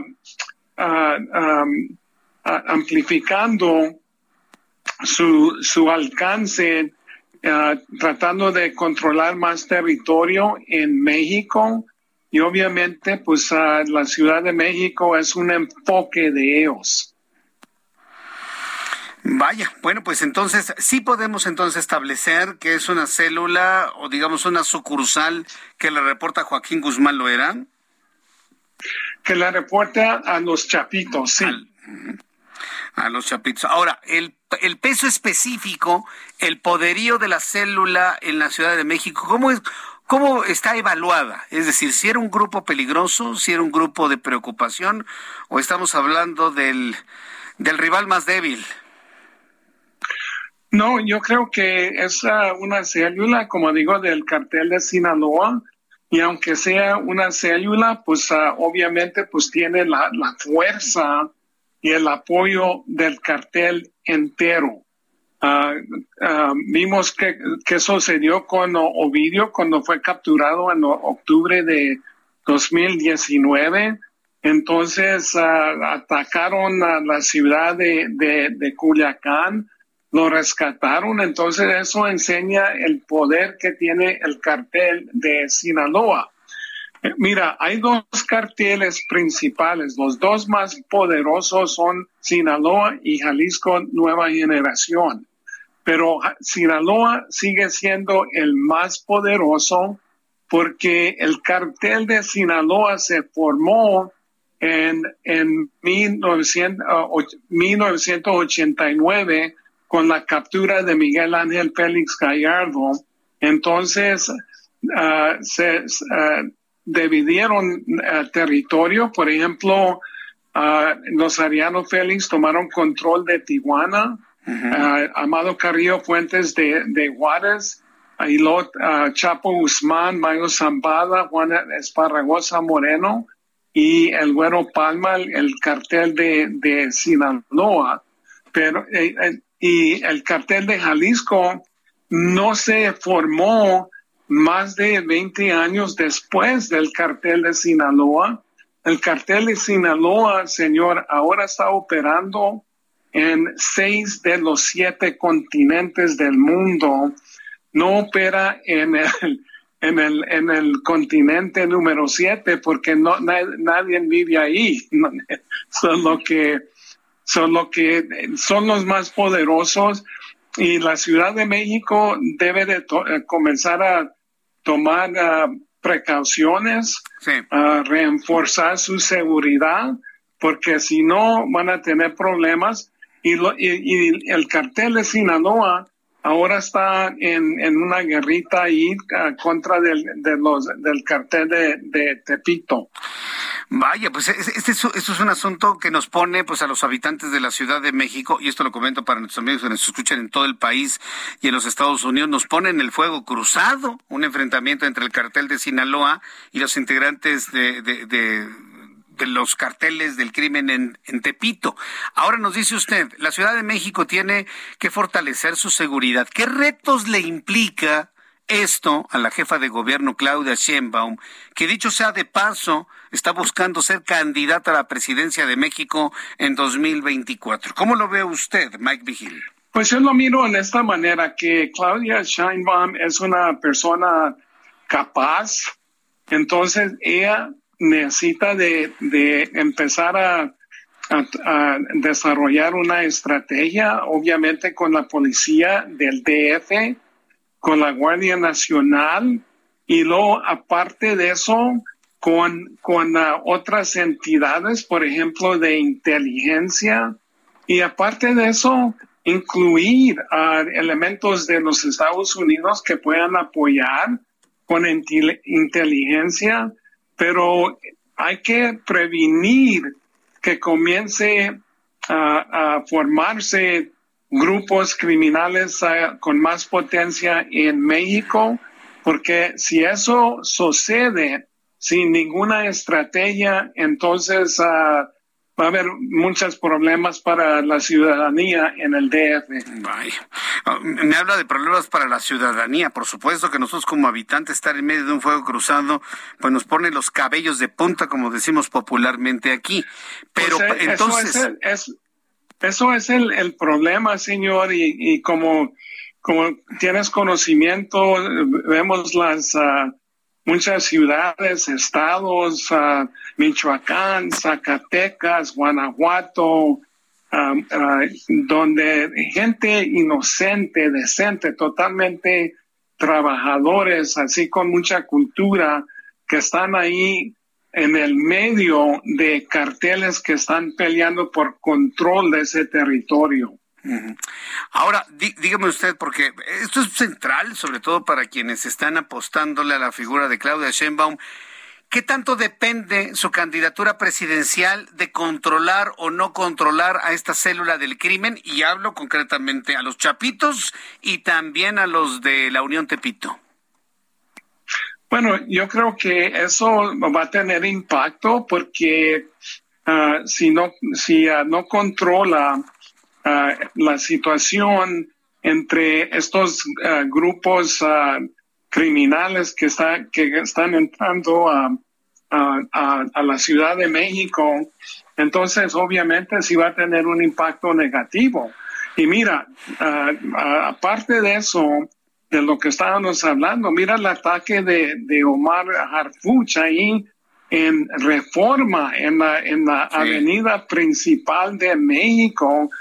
amplificando su alcance, tratando de controlar más territorio en México. Y obviamente, pues la Ciudad de México es un enfoque de ellos. Vaya, bueno, pues entonces sí podemos entonces establecer que es una célula o digamos una sucursal que le reporta Joaquín Guzmán Loera. Que le reporta a los Chapitos, sí. A los Chapitos. Ahora, el peso específico, el poderío de la célula en la Ciudad de México, ¿cómo está evaluada? Es decir, si era un grupo peligroso, si era un grupo de preocupación, o estamos hablando del rival más débil. No, yo creo que es una célula, como digo, del cartel de Sinaloa, y aunque sea una célula, pues obviamente pues tiene la fuerza y el apoyo del cartel entero. Vimos que sucedió con Ovidio cuando fue capturado en octubre de 2019. Entonces atacaron a la ciudad de Culiacán, lo rescataron. Entonces eso enseña el poder que tiene el cartel de Sinaloa. Mira, hay dos carteles principales. Los dos más poderosos son Sinaloa y Jalisco Nueva Generación. pero Sinaloa sigue siendo el más poderoso porque el cartel de Sinaloa se formó en 1989 con la captura de Miguel Ángel Félix Gallardo. Entonces se dividieron territorio. Por ejemplo, los Arellano Félix tomaron control de Tijuana. Amado Carrillo Fuentes de Juárez, Chapo Guzmán, Mayo Zambada, Juan Esparragosa Moreno y el Güero Palma, el cartel de Sinaloa. Pero y el cartel de Jalisco no se formó más de 20 años después del cartel de Sinaloa. El cartel de Sinaloa, señor, ahora está operando en 6 de los 7 continentes del mundo. No opera en el continente número 7 porque nadie vive ahí. Son los más poderosos, y la Ciudad de México debe de comenzar a tomar precauciones, reforzar su seguridad, porque si no van a tener problemas. Y el cartel de Sinaloa ahora está en una guerrita ahí contra del cartel de Tepito. Vaya, pues esto es un asunto que nos pone pues a los habitantes de la Ciudad de México, y esto lo comento para nuestros amigos que nos escuchan en todo el país y en los Estados Unidos, nos pone en el fuego cruzado un enfrentamiento entre el cartel de Sinaloa y los integrantes de los carteles del crimen en Tepito. Ahora nos dice usted, la Ciudad de México tiene que fortalecer su seguridad. ¿Qué retos le implica esto a la jefa de gobierno Claudia Sheinbaum, que dicho sea de paso, está buscando ser candidata a la presidencia de México en 2024? ¿Cómo lo ve usted, Mike Vigil? Pues yo lo miro en esta manera, que Claudia Sheinbaum es una persona capaz, entonces ella necesita de empezar a desarrollar una estrategia, obviamente con la policía del DF, con la Guardia Nacional, y luego aparte de eso con otras entidades, por ejemplo, de inteligencia, y aparte de eso incluir elementos de los Estados Unidos que puedan apoyar con inteligencia, pero hay que prevenir que comience a formarse grupos criminales con más potencia en México, porque si eso sucede sin ninguna estrategia, entonces va a haber muchos problemas para la ciudadanía en el DF. Vaya. Me habla de problemas para la ciudadanía. Por supuesto que nosotros como habitantes estar en medio de un fuego cruzado pues nos pone los cabellos de punta, como decimos popularmente aquí. Pero pues entonces... Eso es el problema, señor, y como tienes conocimiento, vemos las muchas ciudades, estados, Michoacán, Zacatecas, Guanajuato, donde gente inocente, decente, totalmente trabajadores, así con mucha cultura, que están ahí en el medio de carteles que están peleando por control de ese territorio. Ahora, dígame usted, porque esto es central, sobre todo para quienes están apostándole a la figura de Claudia Sheinbaum, ¿qué tanto depende su candidatura presidencial de controlar o no controlar a esta célula del crimen? Y hablo concretamente a los Chapitos y también a los de la Unión Tepito. Bueno, yo creo que eso va a tener impacto porque si no controla la situación entre estos grupos criminales que están entrando a la Ciudad de México, entonces obviamente sí va a tener un impacto negativo. Y mira, aparte de eso, de lo que estábamos hablando, mira el ataque de Omar Harfuch ahí en Reforma, en la avenida principal de México,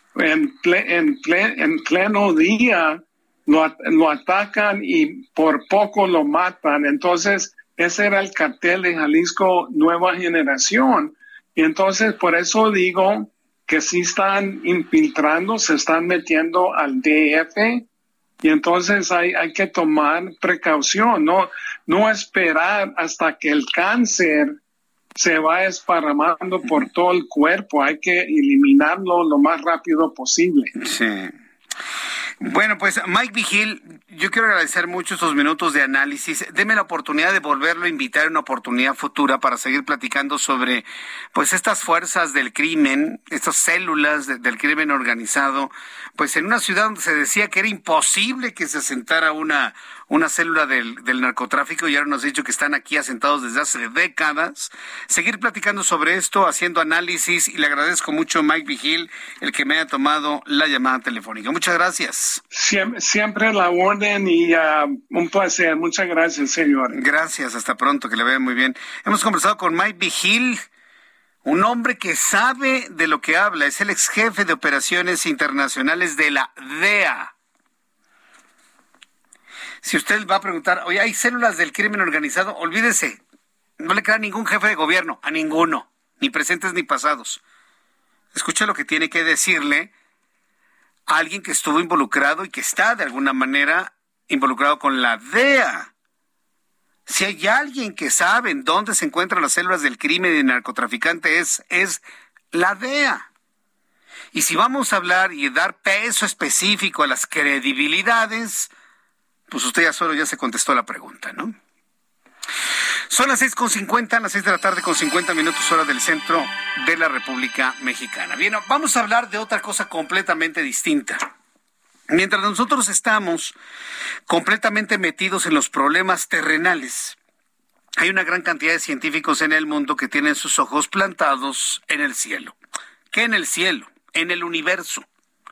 en pleno día lo atacan y por poco lo matan. Entonces, ese era el cartel de Jalisco Nueva Generación. Y entonces, por eso digo que sí están infiltrando, se están metiendo al DF. Y entonces hay que tomar precaución, no esperar hasta que el cáncer se va esparramando por todo el cuerpo. Hay que eliminarlo lo más rápido posible. Sí. Bueno, pues Mike Vigil, yo quiero agradecer mucho estos minutos de análisis. Deme la oportunidad de volverlo a invitar en una oportunidad futura para seguir platicando sobre pues estas fuerzas del crimen, estas células del crimen organizado, pues en una ciudad donde se decía que era imposible que se asentara una célula del narcotráfico, y ahora nos ha dicho que están aquí asentados desde hace décadas. Seguir platicando sobre esto, haciendo análisis, y le agradezco mucho, Mike Vigil, el que me haya tomado la llamada telefónica. Muchas gracias. Siempre la orden y un placer. Muchas gracias, señor. Gracias, hasta pronto, que le vaya muy bien. Hemos conversado con Mike Vigil, un hombre que sabe de lo que habla. Es el ex jefe de operaciones internacionales de la DEA. Si usted va a preguntar, oye, ¿hay células del crimen organizado? Olvídese, no le crea a ningún jefe de gobierno, a ninguno, ni presentes ni pasados. Escucha lo que tiene que decirle a alguien que estuvo involucrado y que está de alguna manera involucrado con la DEA. Si hay alguien que sabe en dónde se encuentran las células del crimen y narcotraficante es la DEA. Y si vamos a hablar y dar peso específico a las credibilidades, pues usted ya se contestó la pregunta, ¿no? Son las 6:50, las 6 de la tarde con 50 minutos, hora del centro de la República Mexicana. Bien, vamos a hablar de otra cosa completamente distinta. Mientras nosotros estamos completamente metidos en los problemas terrenales, hay una gran cantidad de científicos en el mundo que tienen sus ojos plantados en el cielo. ¿Qué en el cielo? En el universo.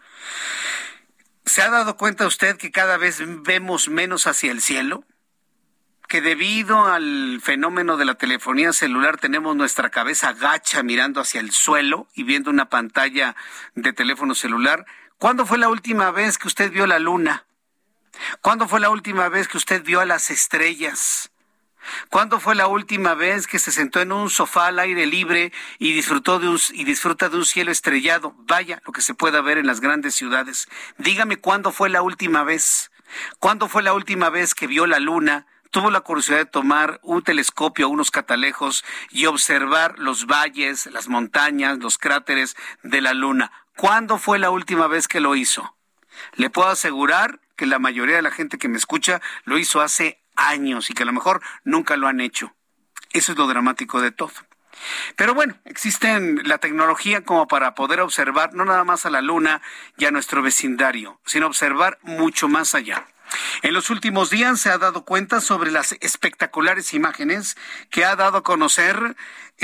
¿Se ha dado cuenta usted que cada vez vemos menos hacia el cielo? Que debido al fenómeno de la telefonía celular tenemos nuestra cabeza gacha mirando hacia el suelo y viendo una pantalla de teléfono celular. ¿Cuándo fue la última vez que usted vio la luna? ¿Cuándo fue la última vez que usted vio a las estrellas? ¿Cuándo fue la última vez que se sentó en un sofá al aire libre y disfruta de un cielo estrellado? Vaya, lo que se pueda ver en las grandes ciudades. Dígame cuándo fue la última vez. ¿Cuándo fue la última vez que vio la luna? Tuvo la curiosidad de tomar un telescopio, unos catalejos y observar los valles, las montañas, los cráteres de la luna. ¿Cuándo fue la última vez que lo hizo? Le puedo asegurar que la mayoría de la gente que me escucha lo hizo hace años y que a lo mejor nunca lo han hecho. Eso es lo dramático de todo. Pero bueno, existe la tecnología como para poder observar no nada más a la luna y a nuestro vecindario, sino observar mucho más allá. En los últimos días se ha dado cuenta sobre las espectaculares imágenes que ha dado a conocer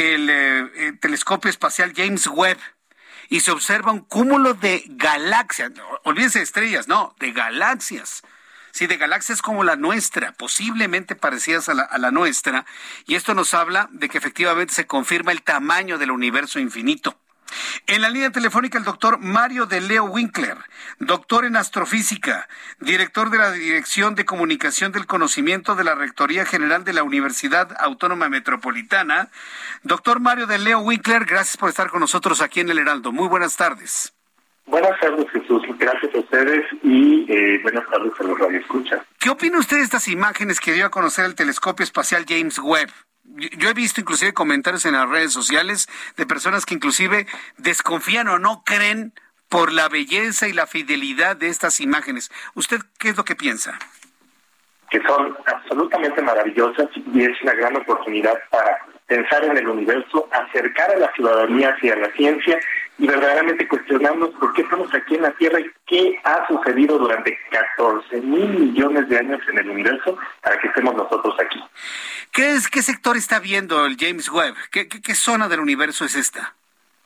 el telescopio espacial James Webb, y se observa un cúmulo de galaxias. Olvídense de estrellas, no, de galaxias. Sí, de galaxias como la nuestra, posiblemente parecidas a la nuestra, y esto nos habla de que efectivamente se confirma el tamaño del universo infinito. En la línea telefónica el doctor Mario de Leo Winkler, doctor en astrofísica, director de la Dirección de Comunicación del Conocimiento de la Rectoría General de la Universidad Autónoma Metropolitana. Doctor Mario de Leo Winkler, gracias por estar con nosotros aquí en El Heraldo. Muy buenas tardes. Buenas tardes, Jesús. Gracias a ustedes y buenas tardes a los radioescuchas. ¿Qué opina usted de estas imágenes que dio a conocer el telescopio espacial James Webb? Yo he visto inclusive comentarios en las redes sociales de personas que inclusive desconfían o no creen por la belleza y la fidelidad de estas imágenes. ¿Usted qué es lo que piensa? Que son absolutamente maravillosas y es una gran oportunidad para pensar en el universo, acercar a la ciudadanía hacia la ciencia y verdaderamente cuestionarnos por qué estamos aquí en la Tierra y qué ha sucedido durante 14,000 millones de años en el universo para que estemos nosotros aquí. ¿Qué sector está viendo el James Webb? ¿Qué zona del universo es esta?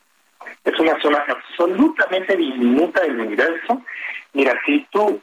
Es una zona absolutamente diminuta del universo. Mira, si tú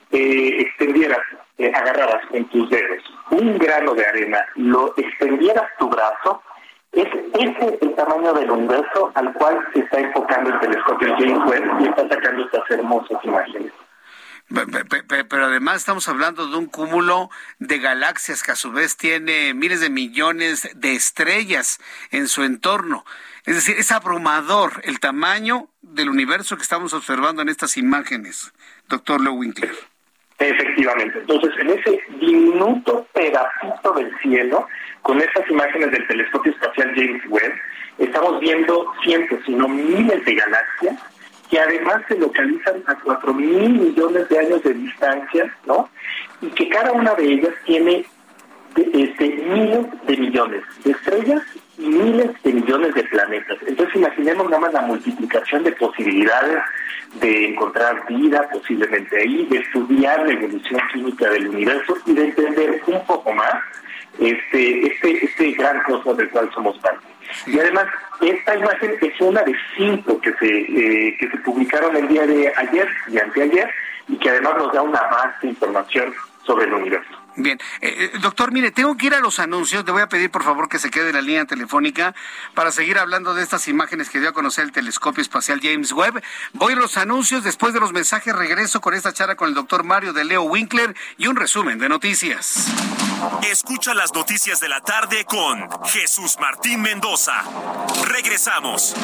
agarraras con tus dedos un grano de arena, lo extendieras tu brazo, Es ese el tamaño del universo al cual se está enfocando el telescopio James Webb y está sacando estas hermosas imágenes. Pero además estamos hablando de un cúmulo de galaxias que a su vez tiene miles de millones de estrellas en su entorno. Es decir, es abrumador el tamaño del universo que estamos observando en estas imágenes, doctor Leo Winkler. Efectivamente. Entonces, en ese diminuto pedacito del cielo, con estas imágenes del telescopio espacial James Webb, estamos viendo cientos, si no miles de galaxias, que además se localizan a 4.000 millones de años de distancia, ¿no? Y que cada una de ellas tiene miles de millones de estrellas y miles de millones de planetas. Entonces imaginemos nada más la multiplicación de posibilidades de encontrar vida posiblemente ahí, de estudiar la evolución química del universo y de entender un poco más este gran cosmos del cual somos parte. Y además, esta imagen es una de 5 que se publicaron el día de ayer y anteayer, y que además nos da una vasta información sobre el universo. Bien, doctor, mire, tengo que ir a los anuncios. Le voy a pedir por favor que se quede en la línea telefónica para seguir hablando de estas imágenes que dio a conocer el telescopio espacial James Webb. Voy a los anuncios, después de los mensajes regreso con esta charla con el doctor Mario de Leo Winkler y un resumen de noticias. Escucha las noticias de la tarde con Jesús Martín Mendoza. Regresamos.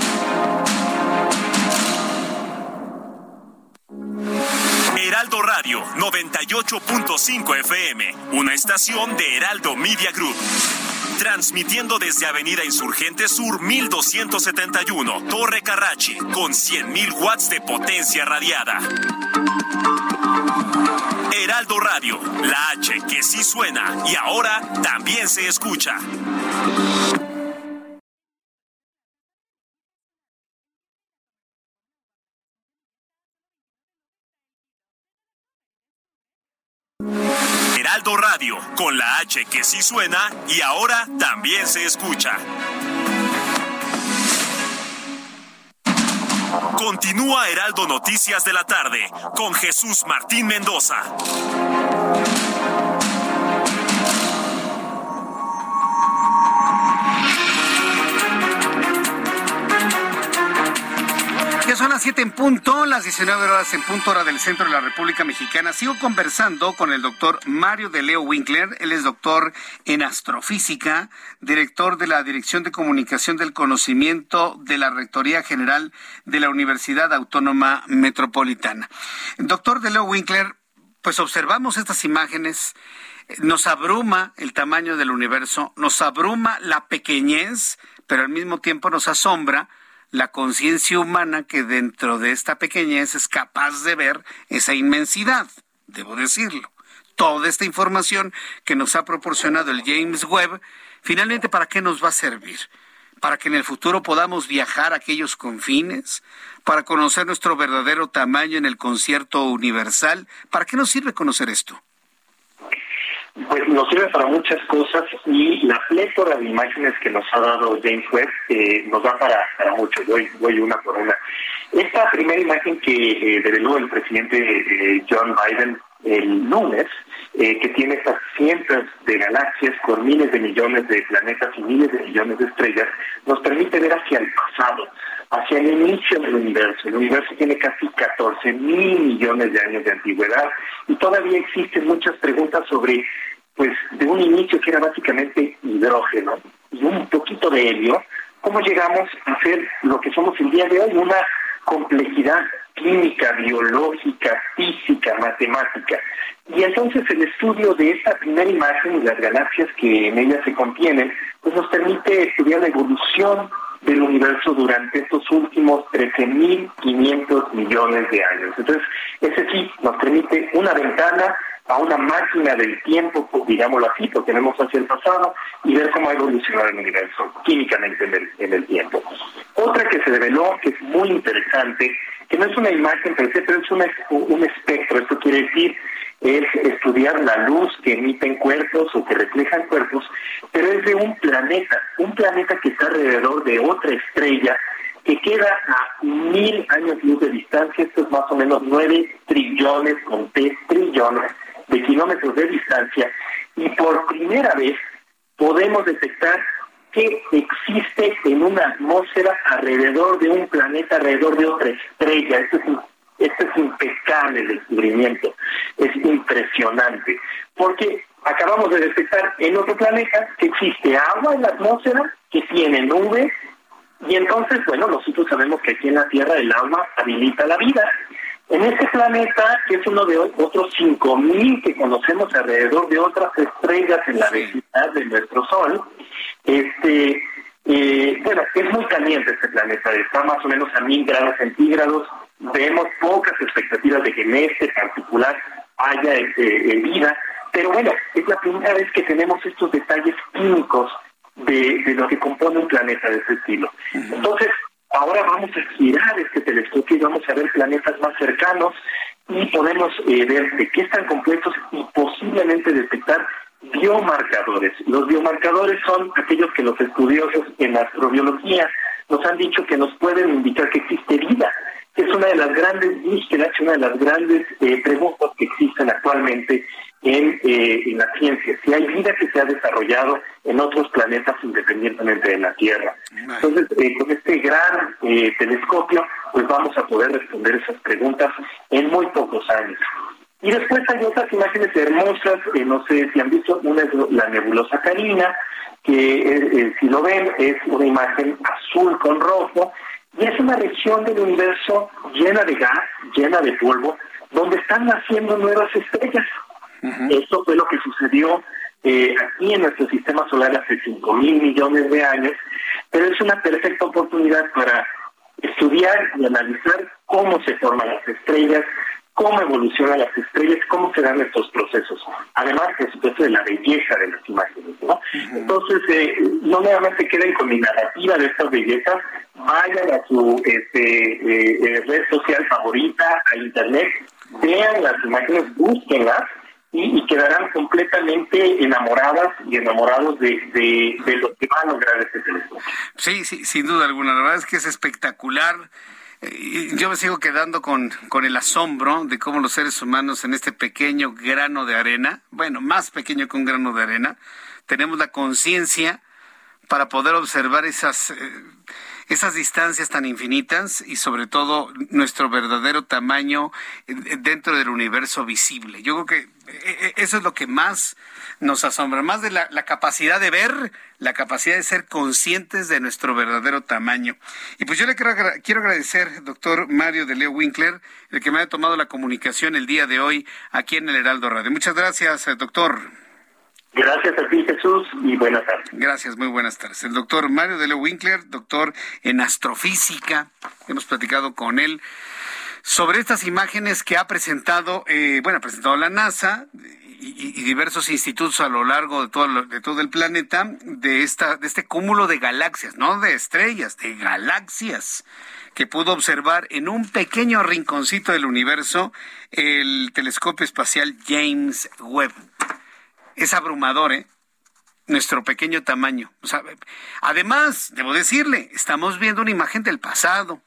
Heraldo Radio 98.5 FM, una estación de Heraldo Media Group. Transmitiendo desde Avenida Insurgente Sur 1271, Torre Carrachi, con 100.000 watts de potencia radiada. Heraldo Radio, la H que sí suena y ahora también se escucha. Heraldo Radio, con la H que sí suena y ahora también se escucha. Continúa Heraldo Noticias de la tarde con Jesús Martín Mendoza. Ya son las 7 en punto, las 19 horas en punto, hora del centro de la República Mexicana. Sigo conversando con el doctor Mario de Leo Winkler. Él es doctor en astrofísica, director de la Dirección de Comunicación del Conocimiento de la Rectoría General de la Universidad Autónoma Metropolitana. Doctor de Leo Winkler, pues observamos estas imágenes. Nos abruma el tamaño del universo, nos abruma la pequeñez, pero al mismo tiempo nos asombra la conciencia humana que dentro de esta pequeñez es capaz de ver esa inmensidad, debo decirlo. Toda esta información que nos ha proporcionado el James Webb, finalmente, ¿para qué nos va a servir? ¿Para que en el futuro podamos viajar a aquellos confines? ¿Para conocer nuestro verdadero tamaño en el concierto universal? ¿Para qué nos sirve conocer esto? Pues nos sirve para muchas cosas y la plétora de imágenes que nos ha dado James Webb nos da para mucho. Voy una por una. Esta primera imagen que reveló el presidente John Biden el lunes, que tiene estas cientos de galaxias con miles de millones de planetas y miles de millones de estrellas, nos permite ver hacia el pasado, hacia el inicio del universo. El universo tiene casi 14.000 millones de años de antigüedad y todavía existen muchas preguntas sobre, pues, de un inicio que era básicamente hidrógeno y un poquito de helio. ¿Cómo llegamos a ser lo que somos el día de hoy? Una complejidad química, biológica, física, matemática. Y entonces el estudio de esta primera imagen y las galaxias que en ella se contienen, pues nos permite estudiar la evolución del universo durante estos últimos 13.500 millones de años. Entonces, ese sí nos permite una ventana a una máquina del tiempo, digámoslo así, porque vemos hacia el pasado y ver cómo ha evolucionado el universo químicamente en el tiempo. Otra que se reveló, que es muy interesante, que no es una imagen per se, pero es un espectro. Esto quiere decir, es estudiar la luz que emiten cuerpos o que reflejan cuerpos, pero es de un planeta que está alrededor de otra estrella que queda a 1.000 años luz de distancia. Esto es más o menos 9 trillones, con T, trillones de kilómetros de distancia, y por primera vez podemos detectar que existe en una atmósfera alrededor de un planeta, alrededor de otra estrella. Esto es impecable el descubrimiento, es impresionante, porque acabamos de detectar en otro planeta que existe agua en la atmósfera, que tiene nubes, y entonces, bueno, nosotros sabemos que aquí en la Tierra el agua habilita la vida. En este planeta, que es uno de otros 5.000 que conocemos alrededor de otras estrellas en la vecindad de nuestro Sol, bueno, es muy caliente este planeta, está más o menos a 1.000 grados centígrados. Vemos pocas expectativas de que en este particular haya vida, pero bueno, es la primera vez que tenemos estos detalles químicos de lo que compone un planeta de ese estilo. Entonces, ahora vamos a girar este telescopio y vamos a ver planetas más cercanos y podemos ver de qué están compuestos y posiblemente detectar biomarcadores. Los biomarcadores son aquellos que los estudiosos en astrobiología nos han dicho que nos pueden indicar que existe vida. Es una de las grandes búsquedas, una de las grandes preguntas que existen actualmente en la ciencia. Si hay vida que se ha desarrollado en otros planetas independientemente de la Tierra. Entonces, con este gran telescopio, pues vamos a poder responder esas preguntas en muy pocos años. Y después hay otras imágenes hermosas, no sé si han visto, una es la nebulosa Carina, que si lo ven es una imagen azul con rojo, y es una región del universo llena de gas, llena de polvo, donde están naciendo nuevas estrellas. Esto fue lo que sucedió aquí en nuestro sistema solar hace 5.000 millones de años, pero es una perfecta oportunidad para estudiar y analizar cómo se forman las estrellas, cómo evolucionan las estrellas, cómo se dan estos procesos. Además, por supuesto, de la belleza de las imágenes, ¿no? Entonces, no nuevamente queden con mi narrativa de estas bellezas, vayan a su red social favorita, a internet, vean las imágenes, búsquenlas, y quedarán completamente enamoradas y enamorados de lo que va a lograr este telescopio. Sí, sin duda alguna. La verdad es que es espectacular. Yo me sigo quedando con el asombro de cómo los seres humanos en este pequeño grano de arena, bueno, más pequeño que un grano de arena, tenemos la conciencia para poder observar esas distancias tan infinitas y sobre todo nuestro verdadero tamaño dentro del universo visible. Yo creo que eso es lo que más nos asombra, más de la capacidad de ver, la capacidad de ser conscientes de nuestro verdadero tamaño. Y pues yo le quiero agradecer, doctor Mario de Leo Winkler, el que me haya tomado la comunicación el día de hoy aquí en el Heraldo Radio. Muchas gracias, doctor. Gracias a ti, Jesús, y buenas tardes. Gracias, muy buenas tardes. El doctor Mario de Leo Winkler, doctor en astrofísica. Hemos platicado con él sobre estas imágenes que ha presentado, ha presentado la NASA y diversos institutos a lo largo de todo el planeta, de este cúmulo de galaxias, no de estrellas, de galaxias, que pudo observar en un pequeño rinconcito del universo el telescopio espacial James Webb. Es abrumador, nuestro pequeño tamaño. O sea, además, debo decirle, estamos viendo una imagen del pasado.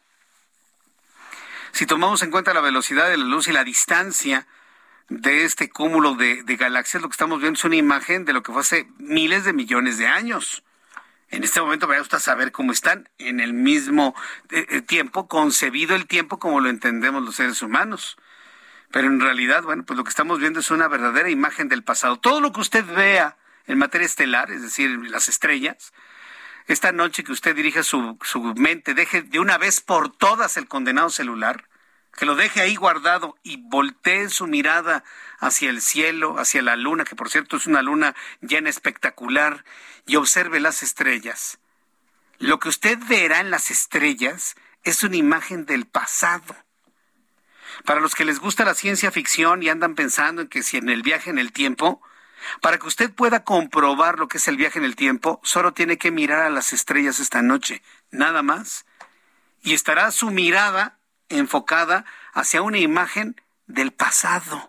Si tomamos en cuenta la velocidad de la luz y la distancia de este cúmulo de galaxias, lo que estamos viendo es una imagen de lo que fue hace miles de millones de años. En este momento vaya usted a saber cómo están en el mismo tiempo, concebido el tiempo como lo entendemos los seres humanos. Pero en realidad, pues lo que estamos viendo es una verdadera imagen del pasado. Todo lo que usted vea en materia estelar, es decir, las estrellas, esta noche que usted dirija su mente, deje de una vez por todas el condenado celular, que lo deje ahí guardado y voltee su mirada hacia el cielo, hacia la luna, que por cierto es una luna llena espectacular, y observe las estrellas. Lo que usted verá en las estrellas es una imagen del pasado. Para los que les gusta la ciencia ficción y andan pensando en que si en el viaje en el tiempo, para que usted pueda comprobar lo que es el viaje en el tiempo, solo tiene que mirar a las estrellas esta noche, nada más, y estará su mirada enfocada hacia una imagen del pasado.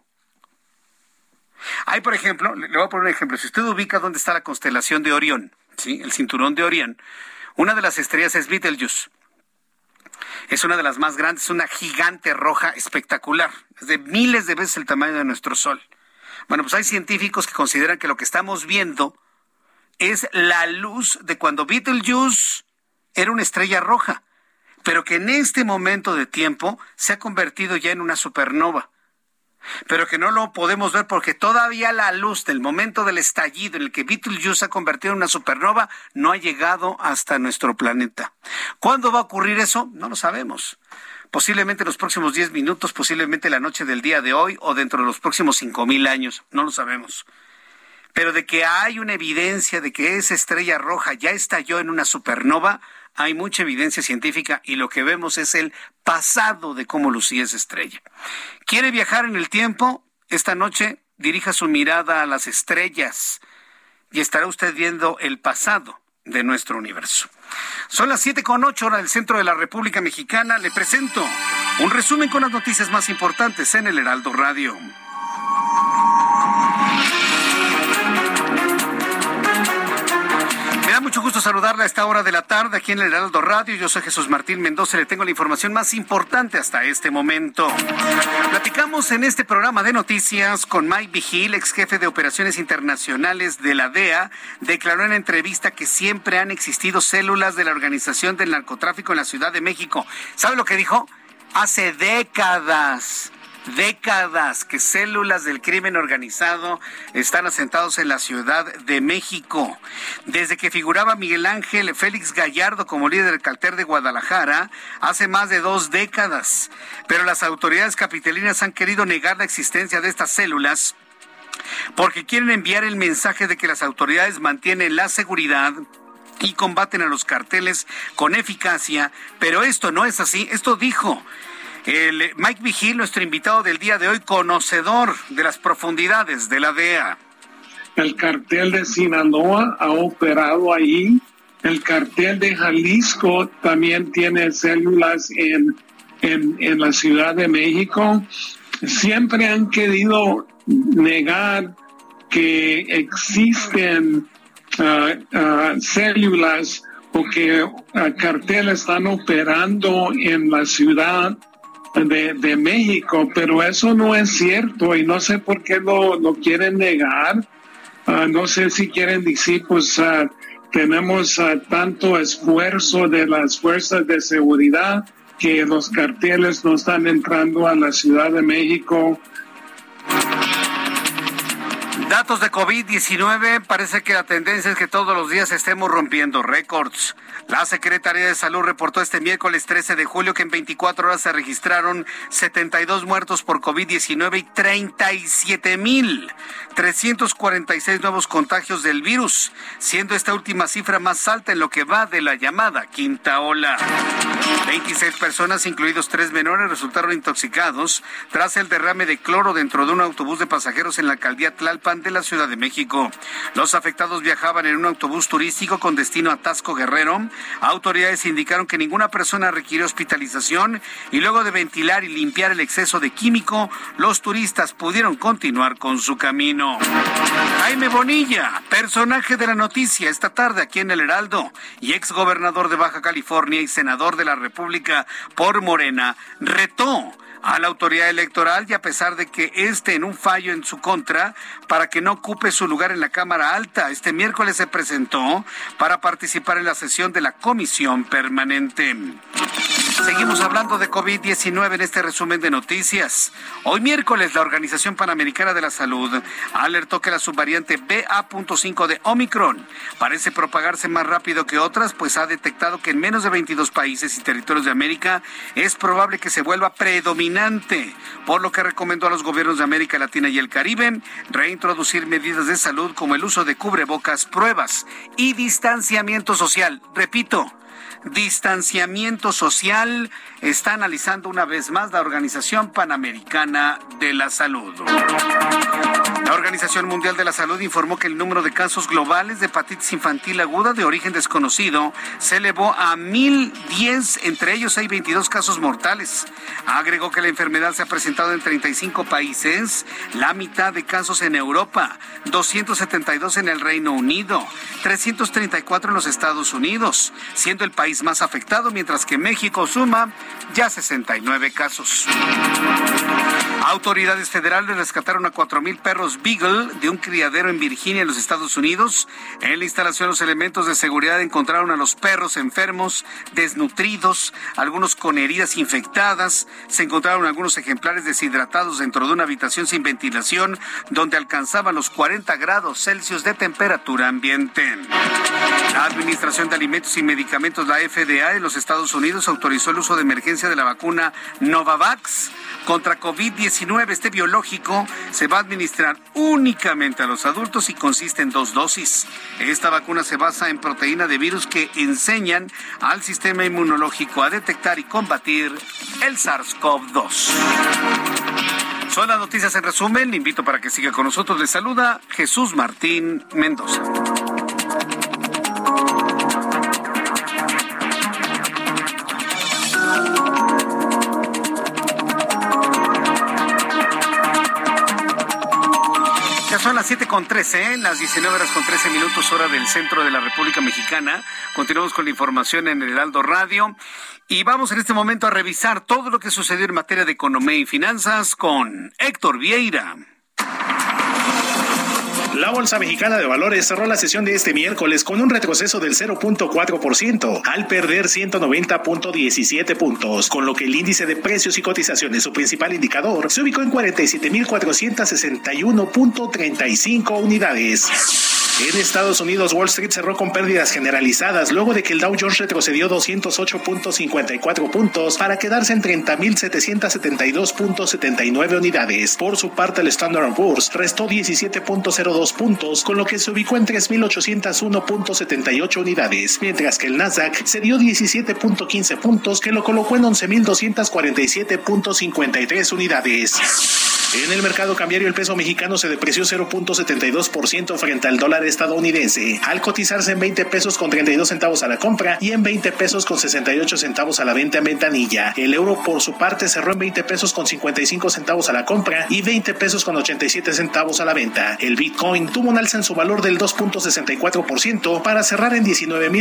Hay, por ejemplo, le voy a poner un ejemplo, si usted ubica dónde está la constelación de Orión, ¿sí? El cinturón de Orión, una de las estrellas es Betelgeuse. Es una de las más grandes, es una gigante roja espectacular, es de miles de veces el tamaño de nuestro Sol. Bueno, pues hay científicos que consideran que lo que estamos viendo es la luz de cuando Betelgeuse era una estrella roja, pero que en este momento de tiempo se ha convertido ya en una supernova. Pero que no lo podemos ver porque todavía la luz del momento del estallido en el que Betelgeuse se ha convertido en una supernova no ha llegado hasta nuestro planeta. ¿Cuándo va a ocurrir eso? No lo sabemos. Posiblemente en los próximos 10 minutos, posiblemente la noche del día de hoy o dentro de los próximos 5,000 años. No lo sabemos. Pero de que hay una evidencia de que esa estrella roja ya estalló en una supernova, hay mucha evidencia científica y lo que vemos es el pasado de cómo lucía esa estrella. ¿Quiere viajar en el tiempo? Esta noche dirija su mirada a las estrellas y estará usted viendo el pasado de nuestro universo. Son las 7:08 hora del centro de la República Mexicana. Le presento un resumen con las noticias más importantes en el Heraldo Radio. Me da mucho gusto saludarla a esta hora de la tarde aquí en el Heraldo Radio. Yo soy Jesús Martín Mendoza y le tengo la información más importante hasta este momento. Platicamos en este programa de noticias con Mike Vigil, ex jefe de operaciones internacionales de la DEA. Declaró en entrevista que siempre han existido células de la Organización del Narcotráfico en la Ciudad de México. ¿Sabe lo que dijo? Hace décadas que células del crimen organizado están asentados en la Ciudad de México. Desde que figuraba Miguel Ángel Félix Gallardo como líder del cártel de Guadalajara, hace más de 2 décadas. Pero las autoridades capitalinas han querido negar la existencia de estas células porque quieren enviar el mensaje de que las autoridades mantienen la seguridad y combaten a los carteles con eficacia, pero esto no es así. Esto dijo el Mike Vigil, nuestro invitado del día de hoy, conocedor de las profundidades de la DEA. El cartel de Sinaloa ha operado ahí. El cartel de Jalisco también tiene células en la Ciudad de México. Siempre han querido negar que existen células o que carteles están operando en la Ciudad de México, pero eso no es cierto y no sé por qué lo quieren negar. No sé si quieren decir, pues tenemos tanto esfuerzo de las fuerzas de seguridad que los carteles no están entrando a la Ciudad de México. Datos de COVID-19, parece que la tendencia es que todos los días estemos rompiendo récords. La Secretaría de Salud reportó este miércoles 13 de julio que en 24 horas se registraron 72 muertos por COVID-19 y 37,346 nuevos contagios del virus, siendo esta última cifra más alta en lo que va de la llamada quinta ola. 26 personas, incluidos 3 menores, resultaron intoxicados tras el derrame de cloro dentro de un autobús de pasajeros en la alcaldía Tlalpan de la Ciudad de México. Los afectados viajaban en un autobús turístico con destino a Taxco, Guerrero. Autoridades indicaron que ninguna persona requirió hospitalización y luego de ventilar y limpiar el exceso de químico, los turistas pudieron continuar con su camino. Jaime Bonilla, personaje de la noticia esta tarde aquí en el Heraldo y exgobernador de Baja California y senador de la República por Morena, retó a la autoridad electoral y a pesar de que en un fallo en su contra para que no ocupe su lugar en la Cámara Alta, este miércoles se presentó para participar en la sesión de la Comisión Permanente. Seguimos hablando de COVID-19 en este resumen de noticias. Hoy miércoles la Organización Panamericana de la Salud alertó que la subvariante BA.5 de Omicron parece propagarse más rápido que otras, pues ha detectado que en menos de 22 países y territorios de América es probable que se vuelva predominante, por lo que recomendó a los gobiernos de América Latina y el Caribe reintroducir medidas de salud como el uso de cubrebocas, pruebas y distanciamiento social. Repito, distanciamiento social está analizando una vez más la Organización Panamericana de la Salud. La Organización Mundial de la Salud informó que el número de casos globales de hepatitis infantil aguda de origen desconocido se elevó a 1,010, entre ellos hay 22 casos mortales. Agregó que la enfermedad se ha presentado en 35 países, la mitad de casos en Europa, 272 en el Reino Unido, 334 en los Estados Unidos, siendo el país más afectado, mientras que México suma ya 69 casos. Autoridades federales rescataron a 4,000 perros Beagle de un criadero en Virginia, en los Estados Unidos. En la instalación, los elementos de seguridad encontraron a los perros enfermos, desnutridos, algunos con heridas infectadas. Se encontraron algunos ejemplares deshidratados dentro de una habitación sin ventilación, donde alcanzaban los 40 grados Celsius de temperatura ambiente. La Administración de Alimentos y Medicamentos, la FDA, de los Estados Unidos autorizó el uso de emergencia de la vacuna Novavax contra COVID-19. Este biológico se va a administrar únicamente a los adultos y consiste en 2 dosis. Esta vacuna se basa en proteína de virus que enseñan al sistema inmunológico a detectar y combatir el SARS-CoV-2. Son las noticias en resumen. Le invito para que siga con nosotros. Le saluda Jesús Martín Mendoza. Son las 7:13, las 19:13, hora del centro de la República Mexicana. Continuamos con la información en el Heraldo Radio y vamos en este momento a revisar todo lo que sucedió en materia de economía y finanzas con Héctor Vieira. La Bolsa Mexicana de Valores cerró la sesión de este miércoles con un retroceso del 0.4% al perder 190.17 puntos, con lo que el índice de precios y cotizaciones, su principal indicador, se ubicó en 47.461.35 unidades. En Estados Unidos, Wall Street cerró con pérdidas generalizadas luego de que el Dow Jones retrocedió 208.54 puntos para quedarse en 30.772.79 unidades. Por su parte, el Standard & Poor's restó 17.02 puntos, con lo que se ubicó en 3.801.78 unidades, mientras que el Nasdaq cedió 17.15 puntos, que lo colocó en 11.247.53 unidades. En el mercado cambiario, el peso mexicano se depreció 0.72% frente al dólar estadounidense, al cotizarse en 20 pesos con 32 centavos a la compra y en 20 pesos con 68 centavos a la venta en ventanilla. El euro, por su parte, cerró en 20 pesos con 55 centavos a la compra y 20 pesos con 87 centavos a la venta. El Bitcoin tuvo un alza en su valor del 2.64% para cerrar en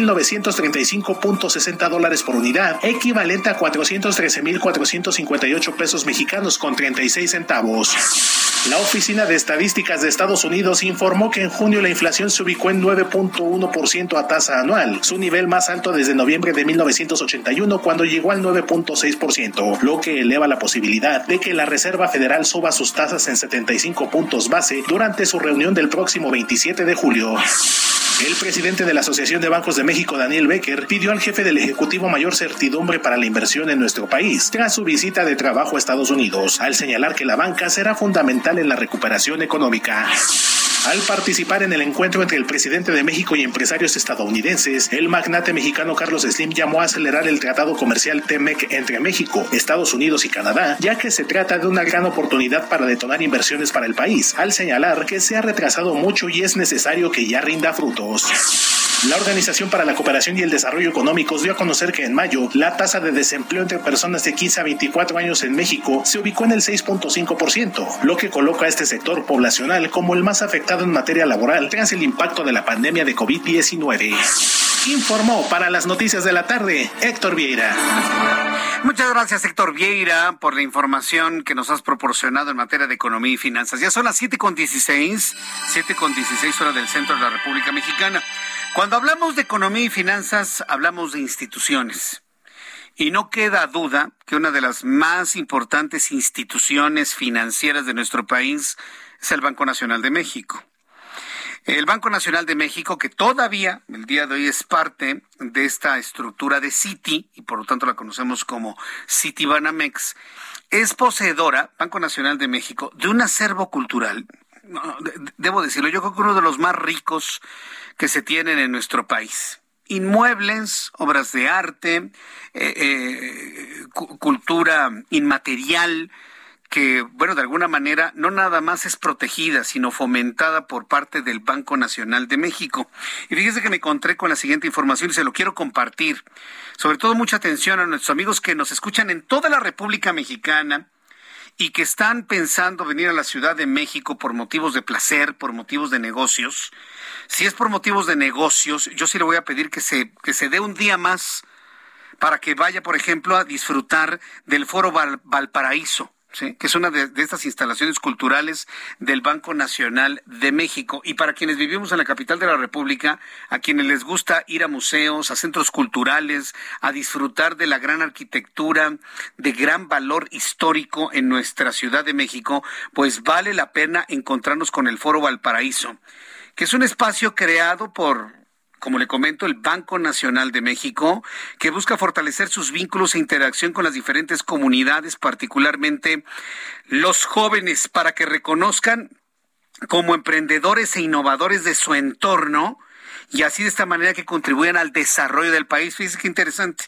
$19,935.60 por unidad, equivalente a 413.458 pesos mexicanos con 36 centavos. La Oficina de Estadísticas de Estados Unidos informó que en junio la inflación se ubicó en 9.1% a tasa anual, su nivel más alto desde noviembre de 1981, cuando llegó al 9.6%, lo que eleva la posibilidad de que la Reserva Federal suba sus tasas en 75 puntos base durante su reunión del próximo 27 de julio. El presidente de la Asociación de Bancos de México, Daniel Becker, pidió al jefe del Ejecutivo mayor certidumbre para la inversión en nuestro país tras su visita de trabajo a Estados Unidos, al señalar que la banca será fundamental en la recuperación económica. Al participar en el encuentro entre el presidente de México y empresarios estadounidenses, el magnate mexicano Carlos Slim llamó a acelerar el tratado comercial TEMEC entre México, Estados Unidos y Canadá, ya que se trata de una gran oportunidad para detonar inversiones para el país, al señalar que se ha retrasado mucho y es necesario que ya rinda frutos. La Organización para la Cooperación y el Desarrollo Económicos dio a conocer que en mayo la tasa de desempleo entre personas de 15 a 24 años en México se ubicó en el 6.5%, lo que coloca a este sector poblacional como el más afectado en materia laboral tras el impacto de la pandemia de COVID-19. Informó para las noticias de la tarde Héctor Vieira. Muchas gracias, Héctor Vieira, por la información que nos has proporcionado en materia de economía y finanzas. Ya son las 7:16, hora del centro de la República Mexicana. Cuando hablamos de economía y finanzas, hablamos de instituciones. Y no queda duda que una de las más importantes instituciones financieras de nuestro país es el Banco Nacional de México. El Banco Nacional de México, que todavía el día de hoy es parte de esta estructura de Citi, y por lo tanto la conocemos como Citibanamex, es poseedora, Banco Nacional de México, de un acervo cultural, debo decirlo, yo creo que uno de los más ricos que se tienen en nuestro país. Inmuebles, obras de arte, cultura inmaterial, que, bueno, de alguna manera no nada más es protegida, sino fomentada por parte del Banco Nacional de México. Y fíjese que me encontré con la siguiente información y se lo quiero compartir. Sobre todo, mucha atención a nuestros amigos que nos escuchan en toda la República Mexicana y que están pensando venir a la Ciudad de México por motivos de placer, por motivos de negocios. Si es por motivos de negocios, yo sí le voy a pedir que se dé un día más para que vaya, por ejemplo, a disfrutar del Foro Valparaíso. Sí, que es una de estas instalaciones culturales del Banco Nacional de México. Y para quienes vivimos en la capital de la República, a quienes les gusta ir a museos, a centros culturales, a disfrutar de la gran arquitectura, de gran valor histórico en nuestra Ciudad de México, pues vale la pena encontrarnos con el Foro Valparaíso, que es un espacio creado por, como le comento, el Banco Nacional de México, que busca fortalecer sus vínculos e interacción con las diferentes comunidades, particularmente los jóvenes, para que reconozcan como emprendedores e innovadores de su entorno y así de esta manera que contribuyan al desarrollo del país. Fíjense qué interesante.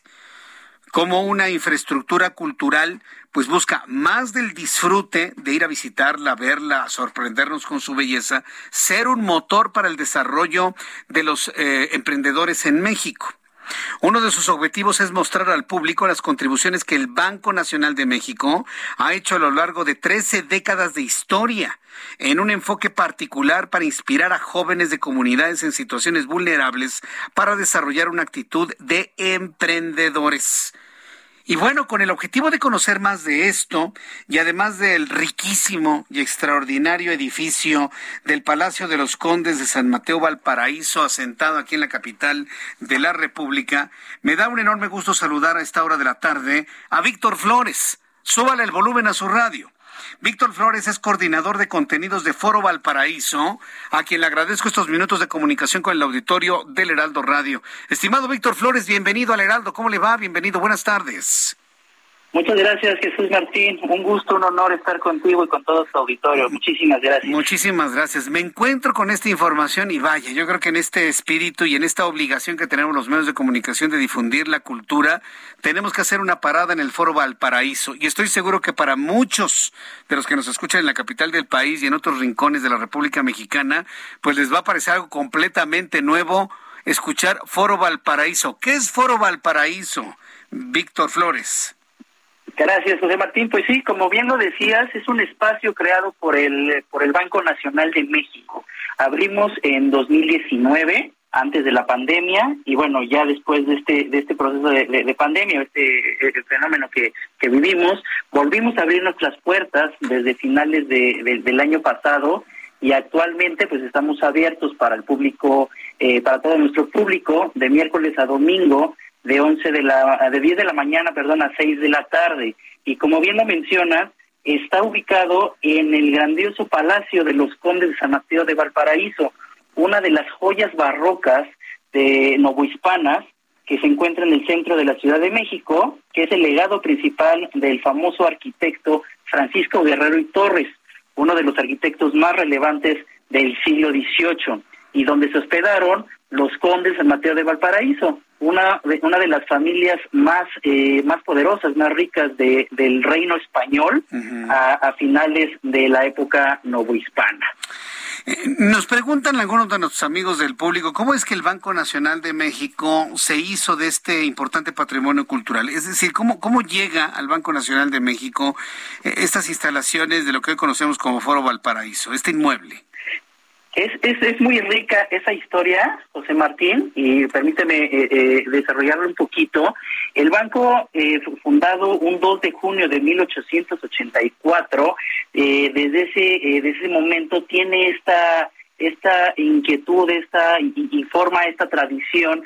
Como una infraestructura cultural pues busca más del disfrute de ir a visitarla, verla, sorprendernos con su belleza, ser un motor para el desarrollo de los emprendedores en México. Uno de sus objetivos es mostrar al público las contribuciones que el Banco Nacional de México ha hecho a lo largo de 13 décadas de historia, en un enfoque particular para inspirar a jóvenes de comunidades en situaciones vulnerables para desarrollar una actitud de emprendedores. Y bueno, con el objetivo de conocer más de esto, y además del riquísimo y extraordinario edificio del Palacio de los Condes de San Mateo Valparaíso, asentado aquí en la capital de la República, me da un enorme gusto saludar a esta hora de la tarde a Víctor Flores. Súbale el volumen a su radio. Víctor Flores es coordinador de contenidos de Foro Valparaíso, a quien le agradezco estos minutos de comunicación con el auditorio del Heraldo Radio. Estimado Víctor Flores, bienvenido al Heraldo. ¿Cómo le va? Bienvenido, buenas tardes. Muchas gracias, Jesús Martín. Un gusto, un honor estar contigo y con todo tu auditorio. Muchísimas gracias. Muchísimas gracias. Me encuentro con esta información y vaya, yo creo que en este espíritu y en esta obligación que tenemos los medios de comunicación de difundir la cultura, tenemos que hacer una parada en el Foro Valparaíso. Y estoy seguro que para muchos de los que nos escuchan en la capital del país y en otros rincones de la República Mexicana, pues les va a parecer algo completamente nuevo escuchar Foro Valparaíso. ¿Qué es Foro Valparaíso, Víctor Flores? Gracias, José Martín. Pues sí, como bien lo decías, es un espacio creado por el Banco Nacional de México. Abrimos en 2019, antes de la pandemia, y bueno, ya después de este proceso de pandemia, el fenómeno que vivimos, volvimos a abrir nuestras puertas desde finales del año pasado, y actualmente pues estamos abiertos para el público, para todo nuestro público, de miércoles a domingo, de 10 de la mañana, a 6 de la tarde. Y como bien lo mencionas, está ubicado en el grandioso Palacio de los Condes de San Mateo de Valparaíso, una de las joyas barrocas novohispanas que se encuentra en el centro de la Ciudad de México, que es el legado principal del famoso arquitecto Francisco Guerrero y Torres, uno de los arquitectos más relevantes del siglo XVIII, y donde se hospedaron los condes de San Mateo de Valparaíso, una de las familias más poderosas, más ricas del reino español, a finales de la época novohispana. Nos preguntan algunos de nuestros amigos del público, ¿cómo es que el Banco Nacional de México se hizo de este importante patrimonio cultural? Es decir, ¿cómo llega al Banco Nacional de México estas instalaciones de lo que hoy conocemos como Foro Valparaíso, este inmueble? Es muy rica esa historia, José Martín, y permíteme desarrollarlo un poquito. El banco fundado un 2 de junio de 1884, desde ese momento tiene esta inquietud, y forma esta tradición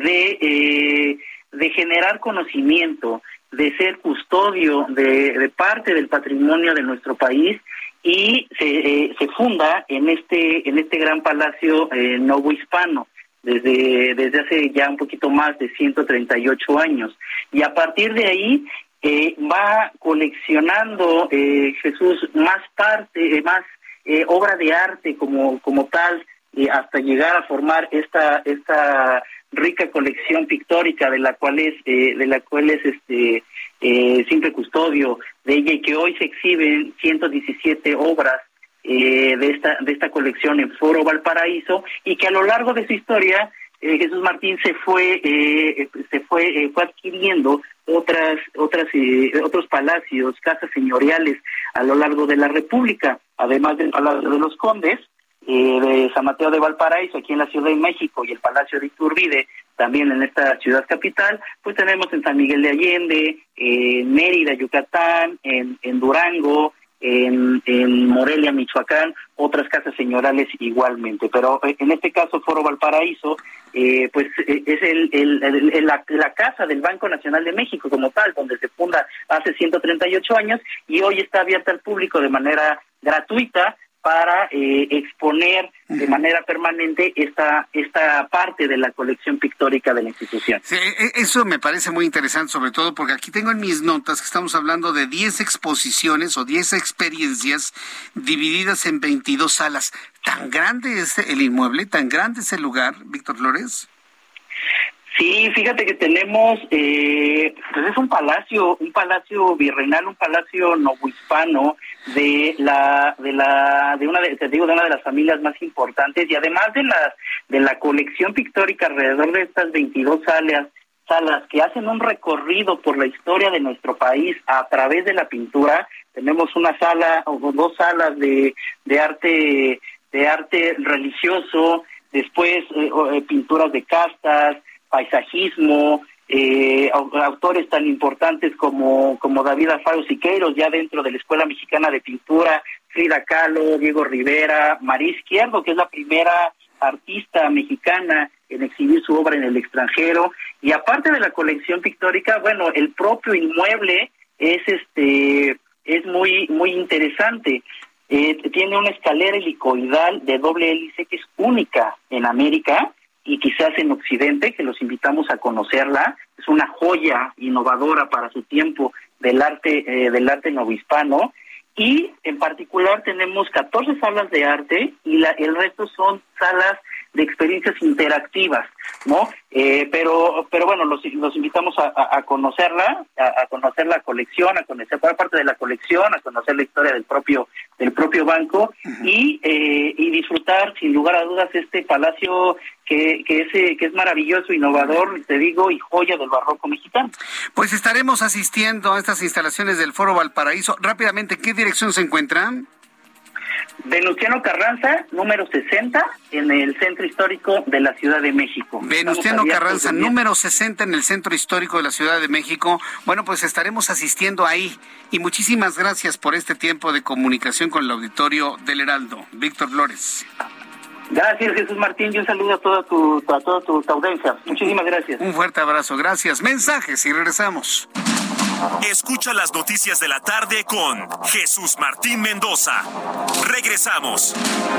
de generar conocimiento, de ser custodio de parte del patrimonio de nuestro país, y se funda en este gran palacio novohispano desde hace ya un poquito más de 138 años, y a partir de ahí va coleccionando Jesús más obra de arte como tal, hasta llegar a formar esta rica colección pictórica de la cual es simple custodio de ella, y que hoy se exhiben 117 obras de esta colección en Foro Valparaíso, y que a lo largo de su historia Jesús Martín fue adquiriendo otros palacios, casas señoriales a lo largo de la República, además del Palacio de los Condes de San Mateo de Valparaíso aquí en la Ciudad de México, y el Palacio de Iturbide también en esta ciudad capital, pues tenemos en San Miguel de Allende, en Mérida, Yucatán, en Durango, en Morelia, Michoacán, otras casas señorales igualmente. Pero en este caso, Foro Valparaíso, pues es la casa del Banco Nacional de México como tal, donde se funda hace 138 años y hoy está abierta al público de manera gratuita para exponer de manera permanente esta parte de la colección pictórica de la institución. Sí, eso me parece muy interesante, sobre todo porque aquí tengo en mis notas que estamos hablando de 10 exposiciones o 10 experiencias divididas en 22 salas. ¿Tan grande es el inmueble? ¿Tan grande es el lugar, Víctor Flores? Sí, fíjate que tenemos, pues es un palacio virreinal, un palacio novohispano de una de las familias más importantes, y además de la colección pictórica alrededor de estas 22 salas que hacen un recorrido por la historia de nuestro país a través de la pintura. Tenemos una sala o dos salas de arte religioso, después pinturas de castas, paisajismo, autores tan importantes como David Alfaro Siqueiros, ya dentro de la Escuela Mexicana de Pintura, Frida Kahlo, Diego Rivera, María Izquierdo, que es la primera artista mexicana en exhibir su obra en el extranjero. Y aparte de la colección pictórica, bueno, el propio inmueble es muy interesante. Tiene una escalera helicoidal de doble hélice que es única en América y quizás en Occidente, que los invitamos a conocerla. Es una joya innovadora para su tiempo del arte novohispano. Y en particular tenemos 14 salas de arte y el resto son salas de experiencias interactivas, ¿no? Pero bueno, los invitamos a conocerla, a conocer la colección, a conocer parte de la colección, a conocer la historia del propio banco y disfrutar sin lugar a dudas este palacio que es maravilloso, innovador, te digo, y joya del barroco mexicano. Pues estaremos asistiendo a estas instalaciones del Foro Valparaíso. Rápidamente, ¿qué dirección se encuentran? Venustiano Carranza, número 60, en el Centro Histórico de la Ciudad de México. Venustiano Carranza, número 60, en el Centro Histórico de la Ciudad de México. Bueno, pues estaremos asistiendo ahí. Y muchísimas gracias por este tiempo de comunicación con el auditorio del Heraldo. Víctor Flores. Gracias, Jesús Martín, y un saludo a toda tu audiencia. Muchísimas gracias. Un fuerte abrazo, gracias. Mensajes y regresamos. Escucha las noticias de la tarde con Jesús Martín Mendoza. Regresamos.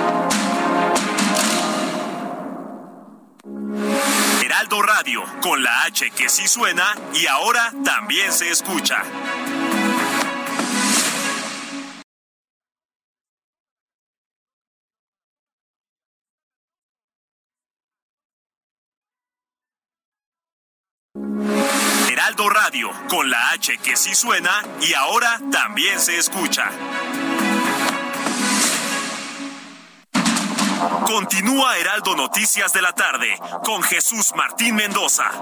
Heraldo Radio, con la H que sí suena y ahora también se escucha. Heraldo Radio, con la H que sí suena y ahora también se escucha. Continúa Heraldo Noticias de la tarde con Jesús Martín Mendoza.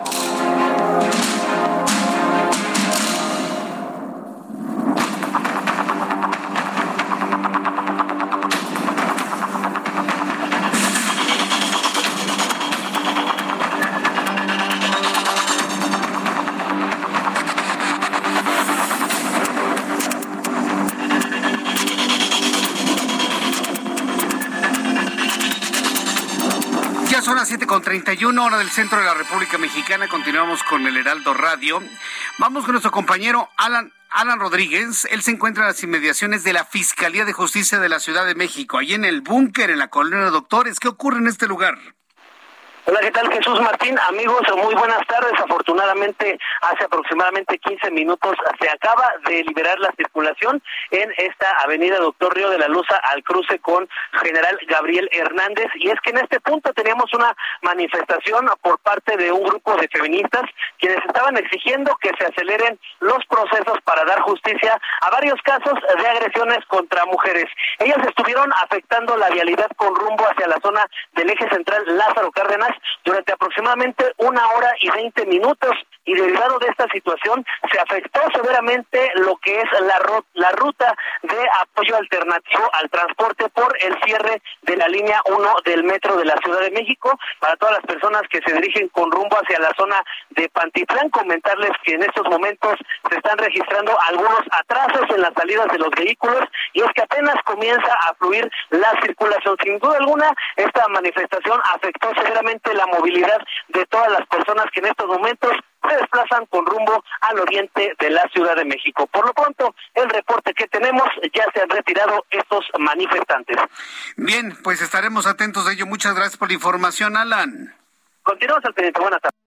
Son las 7:31, hora del centro de la República Mexicana. Continuamos con el Heraldo Radio. Vamos con nuestro compañero Alan Rodríguez. Él se encuentra en las inmediaciones de la Fiscalía de Justicia de la Ciudad de México, allí en el búnker, en la colonia de Doctores. ¿Qué ocurre en este lugar? Hola, ¿qué tal, Jesús Martín? Amigos, muy buenas tardes. Afortunadamente, hace aproximadamente 15 minutos se acaba de liberar la circulación en esta avenida Doctor Río de la Luz al cruce con General Gabriel Hernández. Y es que en este punto teníamos una manifestación por parte de un grupo de feministas quienes estaban exigiendo que se aceleren los procesos para dar justicia a varios casos de agresiones contra mujeres. Ellas estuvieron afectando la vialidad con rumbo hacia la zona del eje central Lázaro Cárdenas durante aproximadamente 1 hora y 20 minutos. y derivado de esta situación se afectó severamente lo que es la ruta de apoyo alternativo al transporte por el cierre de la línea 1 del metro de la Ciudad de México. Para todas las personas que se dirigen con rumbo hacia la zona de Pantitlán, comentarles que en estos momentos se están registrando algunos atrasos en las salidas de los vehículos y es que apenas comienza a fluir la circulación. Sin duda alguna, esta manifestación afectó severamente la movilidad de todas las personas que en estos momentos se desplazan con rumbo al oriente de la Ciudad de México. Por lo pronto, el reporte que tenemos, ya se han retirado estos manifestantes. Bien, pues estaremos atentos a ello. Muchas gracias por la información, Alan. Continuamos al pendiente. Buenas tardes.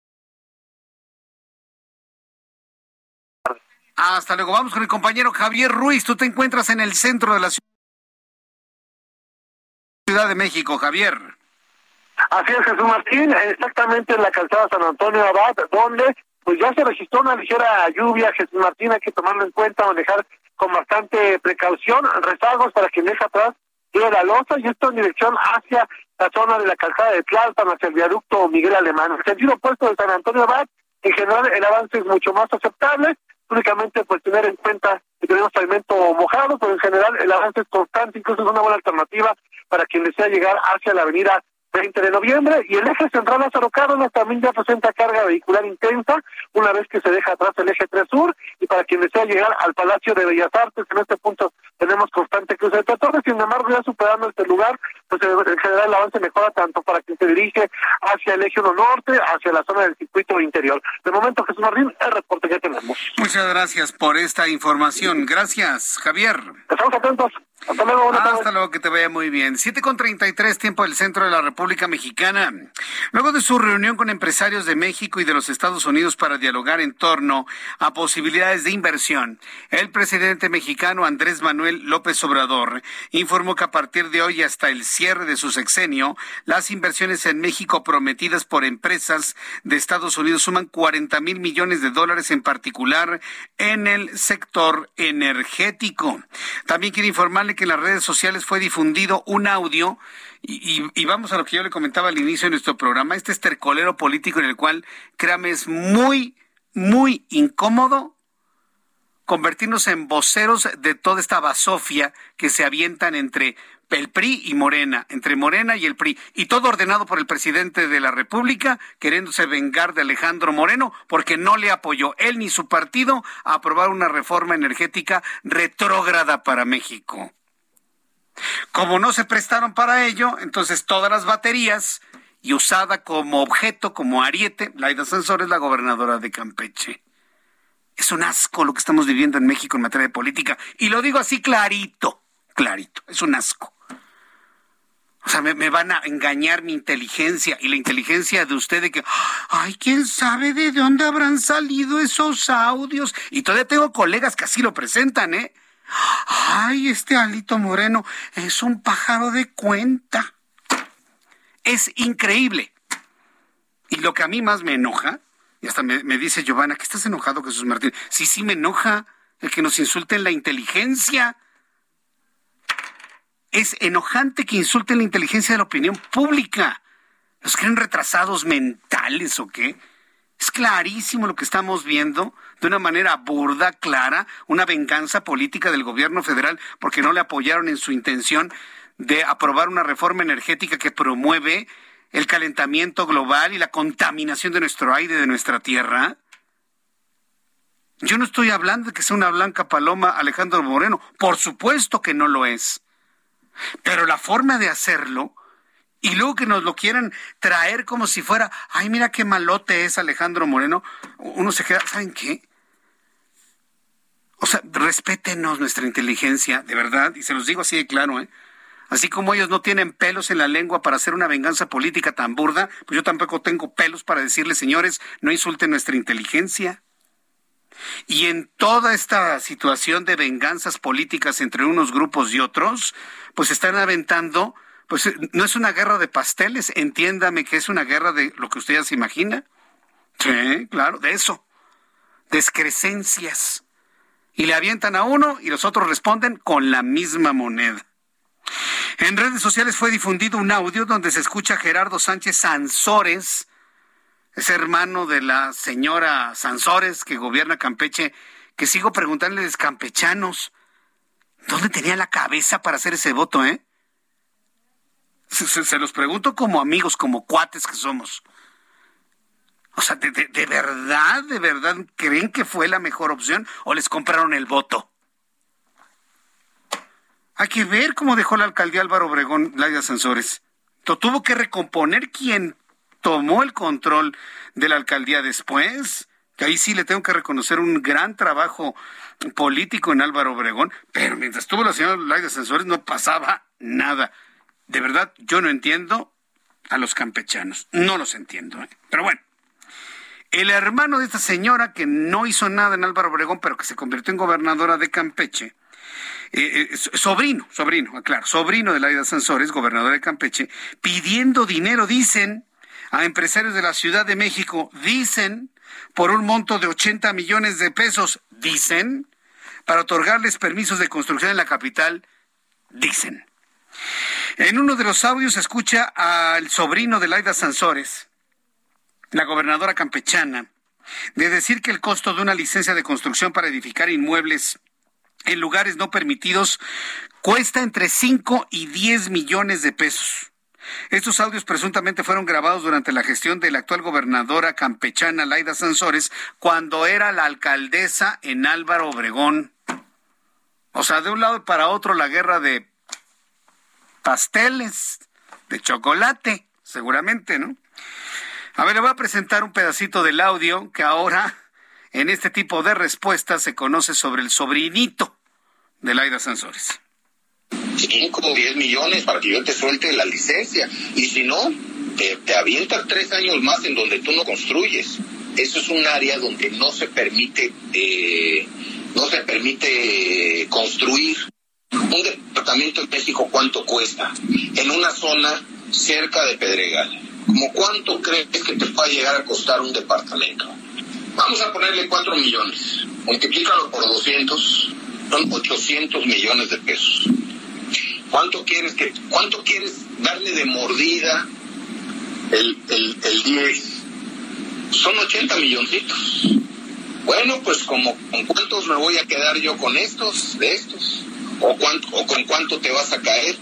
Hasta luego. Vamos con el compañero Javier Ruiz. Tú te encuentras en el centro de la Ciudad de México, Javier. Así es, Jesús Martín, exactamente en la calzada San Antonio Abad, donde pues ya se registró una ligera lluvia, Jesús Martín, hay que tomarlo en cuenta, manejar con bastante precaución, rezagos para quien deja atrás de la losa, y esto en dirección hacia la zona de la calzada de Tlalpan, hacia el viaducto Miguel Alemán. En el sentido opuesto de San Antonio Abad, en general el avance es mucho más aceptable, únicamente pues tener en cuenta que tenemos pavimento mojado, pero en general el avance es constante, incluso es una buena alternativa para quien desea llegar hacia la avenida 20 de noviembre, y el eje central Lázaro Cárdenas también ya presenta carga vehicular intensa, una vez que se deja atrás el eje 3 Sur, y para quien desea llegar al Palacio de Bellas Artes, en este punto tenemos constante cruce de peatones, sin embargo ya superando este lugar, pues en general el avance mejora tanto para quien se dirige hacia el eje 1 Norte, hacia la zona del circuito interior. De momento, Jesús Martín, el reporte que tenemos. Muchas gracias por esta información. Gracias, Javier. Estamos atentos. Hasta luego. Hasta luego, que te vaya muy bien. 7:33, tiempo del centro de la República Mexicana. Luego de su reunión con empresarios de México y de los Estados Unidos para dialogar en torno a posibilidades de inversión, el presidente mexicano Andrés Manuel López Obrador informó que a partir de hoy hasta el cierre de su sexenio, las inversiones en México prometidas por empresas de Estados Unidos suman $40,000 millones, en particular en el sector energético. También quiero informarle que en las redes sociales fue difundido un audio y vamos a lo que yo le comentaba al inicio de nuestro programa, este estercolero político en el cual, créame, es muy, muy incómodo convertirnos en voceros de toda esta basofia que se avientan entre el PRI y Morena, entre Morena y el PRI, y todo ordenado por el presidente de la República, queriéndose vengar de Alejandro Moreno, porque no le apoyó él ni su partido a aprobar una reforma energética retrógrada para México. Como no se prestaron para ello, entonces todas las baterías, y usada como objeto, como ariete, Laida Sansores, la gobernadora de Campeche. Es un asco lo que estamos viviendo en México en materia de política, y lo digo así clarito, es un asco. O sea, me van a engañar mi inteligencia y la inteligencia de usted de que, ay, quién sabe de dónde habrán salido esos audios. Y todavía tengo colegas que así lo presentan, ¿eh? Ay, este Alito Moreno es un pájaro de cuenta. Es increíble. Y lo que a mí más me enoja, y hasta me dice Giovanna, ¿que estás enojado, Jesús Martín? Sí, me enoja el que nos insulten la inteligencia. Es enojante que insulten la inteligencia de la opinión pública. ¿Los creen retrasados mentales o qué? Es clarísimo lo que estamos viendo, de una manera burda, clara, una venganza política del gobierno federal porque no le apoyaron en su intención de aprobar una reforma energética que promueve el calentamiento global y la contaminación de nuestro aire, de nuestra tierra. Yo no estoy hablando de que sea una blanca paloma Alejandro Moreno, por supuesto que no lo es. Pero la forma de hacerlo, y luego que nos lo quieran traer como si fuera, ay, mira qué malote es Alejandro Moreno, uno se queda, ¿saben qué? O sea, respétenos nuestra inteligencia, de verdad, y se los digo así de claro, ¿eh? Así como ellos no tienen pelos en la lengua para hacer una venganza política tan burda, pues yo tampoco tengo pelos para decirles, señores, no insulten nuestra inteligencia. Y en toda esta situación de venganzas políticas entre unos grupos y otros, pues están aventando, pues no es una guerra de pasteles, entiéndame que es una guerra de lo que usted ya se imagina. Sí, claro, de eso, descrecencias. Y le avientan a uno y los otros responden con la misma moneda. En redes sociales fue difundido un audio donde se escucha a Gerardo Sánchez Sansores Es hermano de la señora Sansores que gobierna Campeche, que sigo preguntándoles campechanos, ¿dónde tenía la cabeza para hacer ese voto, Se los pregunto como amigos, como cuates que somos. O sea, ¿de verdad creen que fue la mejor opción o les compraron el voto? Hay que ver cómo dejó la alcaldía Álvaro Obregón Laida Sansores. Tuvo que recomponer quien tomó el control de la alcaldía después. Que ahí sí le tengo que reconocer un gran trabajo político en Álvaro Obregón, pero mientras estuvo la señora Laida Sansores no pasaba nada. De verdad, yo no entiendo a los campechanos, no los entiendo. Pero bueno, el hermano de esta señora que no hizo nada en Álvaro Obregón, pero que se convirtió en gobernadora de Campeche, sobrino de Laida Sansores, gobernador de Campeche, pidiendo dinero, dicen, a empresarios de la Ciudad de México, dicen, por un monto de 80 millones de pesos, dicen, para otorgarles permisos de construcción en la capital, dicen. En uno de los audios se escucha al sobrino de Laida Sansores, la gobernadora campechana, de decir que el costo de una licencia de construcción para edificar inmuebles en lugares no permitidos cuesta entre 5 y 10 millones de pesos. Estos audios presuntamente fueron grabados durante la gestión de la actual gobernadora campechana Laida Sansores cuando era la alcaldesa en Álvaro Obregón. O sea, de un lado para otro la guerra de pasteles, de chocolate, seguramente, ¿no? A ver, le voy a presentar un pedacito del audio que ahora en este tipo de respuestas se conoce sobre el sobrinito de Laida Sansores. 5 o 10 millones para que yo te suelte la licencia, y si no, te avientas 3 años más en donde tú no construyes. Eso es un área donde no se permite construir. Un departamento en México, ¿cuánto cuesta? En una zona cerca de Pedregal, ¿cómo cuánto crees que te pueda llegar a costar un departamento? Vamos a ponerle 4 millones, multiplícalo por 200, son 800 millones de pesos. ¿Cuánto quieres darle de mordida el 10? Son 80 milloncitos. Bueno, pues ¿con cuántos me voy a quedar yo con de estos? ¿O con cuánto te vas a caer?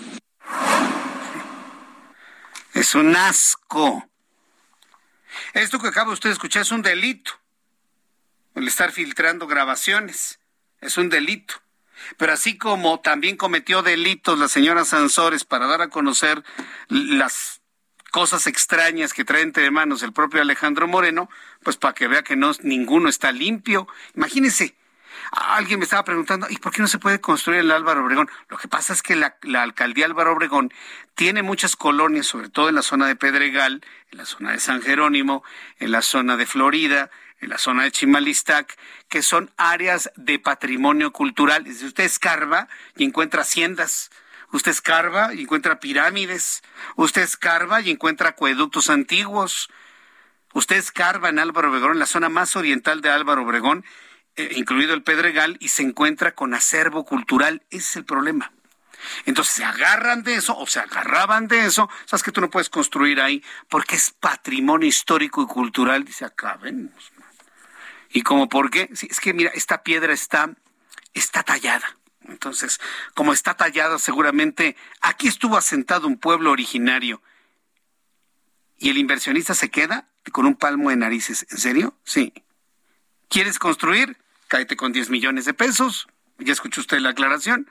Es un asco. Esto que acaba usted de escuchar es un delito. El estar filtrando grabaciones es un delito. Pero así como también cometió delitos la señora Sansores para dar a conocer las cosas extrañas que trae entre manos el propio Alejandro Moreno, pues para que vea que ninguno está limpio. Imagínense, alguien me estaba preguntando, ¿y por qué no se puede construir el Álvaro Obregón? Lo que pasa es que la alcaldía Álvaro Obregón tiene muchas colonias, sobre todo en la zona de Pedregal, en la zona de San Jerónimo, en la zona de Florida, en la zona de Chimalistac, que son áreas de patrimonio cultural. Si usted escarba y encuentra haciendas, usted escarba y encuentra pirámides, usted escarba y encuentra acueductos antiguos, usted escarba en Álvaro Obregón, en la zona más oriental de Álvaro Obregón, incluido el Pedregal, y se encuentra con acervo cultural. Ese es el problema. Entonces se agarran de eso, o se agarraban de eso. Sabes que tú no puedes construir ahí porque es patrimonio histórico y cultural. Dice, acaben. ¿Y cómo por qué? Sí, es que mira, esta piedra está tallada. Entonces, como está tallada, seguramente aquí estuvo asentado un pueblo originario. Y el inversionista se queda con un palmo de narices. ¿En serio? Sí. ¿Quieres construir? Cállate con 10 millones de pesos. Ya escuchó usted la aclaración.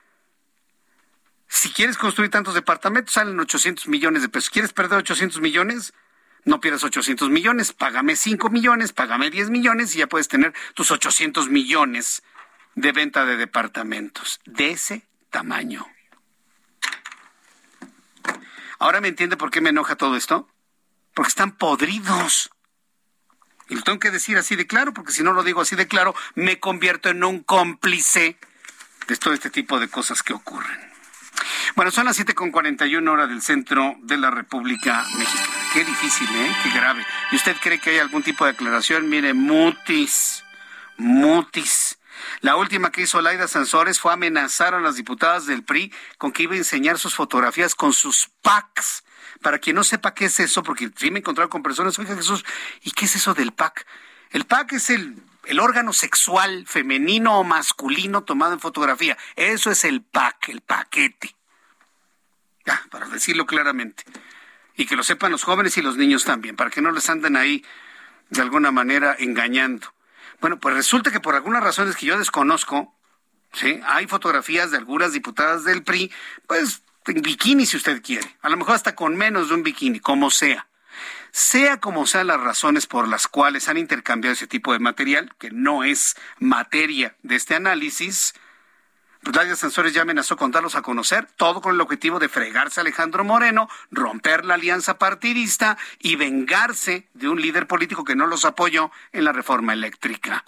Si quieres construir tantos departamentos, salen 800 millones de pesos. ¿Quieres perder 800 millones? No pierdas 800 millones, págame 5 millones, págame 10 millones y ya puedes tener tus 800 millones de venta de departamentos. De ese tamaño. ¿Ahora me entiende por qué me enoja todo esto? Porque están podridos. Y lo tengo que decir así de claro, porque si no lo digo así de claro, me convierto en un cómplice de todo este tipo de cosas que ocurren. Bueno, son las 7:41 horas del centro de la República Mexicana. Qué difícil, qué grave. ¿Y usted cree que hay algún tipo de aclaración? Mire, mutis. La última que hizo Laida Sansores fue amenazar a las diputadas del PRI con que iba a enseñar sus fotografías con sus packs para quien no sepa qué es eso, porque sí me he encontrado con personas, oiga Jesús, ¿y qué es eso del pack? El pack es el órgano sexual femenino o masculino tomado en fotografía. Eso es el pack, el paquete. Ya, para decirlo claramente. Y que lo sepan los jóvenes y los niños también, para que no les anden ahí de alguna manera engañando. Bueno, pues resulta que por algunas razones que yo desconozco, ¿sí?, hay fotografías de algunas diputadas del PRI, pues en bikini si usted quiere, a lo mejor hasta con menos de un bikini, como sea. Sea como sean las razones por las cuales han intercambiado ese tipo de material, que no es materia de este análisis, pues Laida Sansores ya amenazó con darlos a conocer, todo con el objetivo de fregarse a Alejandro Moreno, romper la alianza partidista y vengarse de un líder político que no los apoyó en la reforma eléctrica.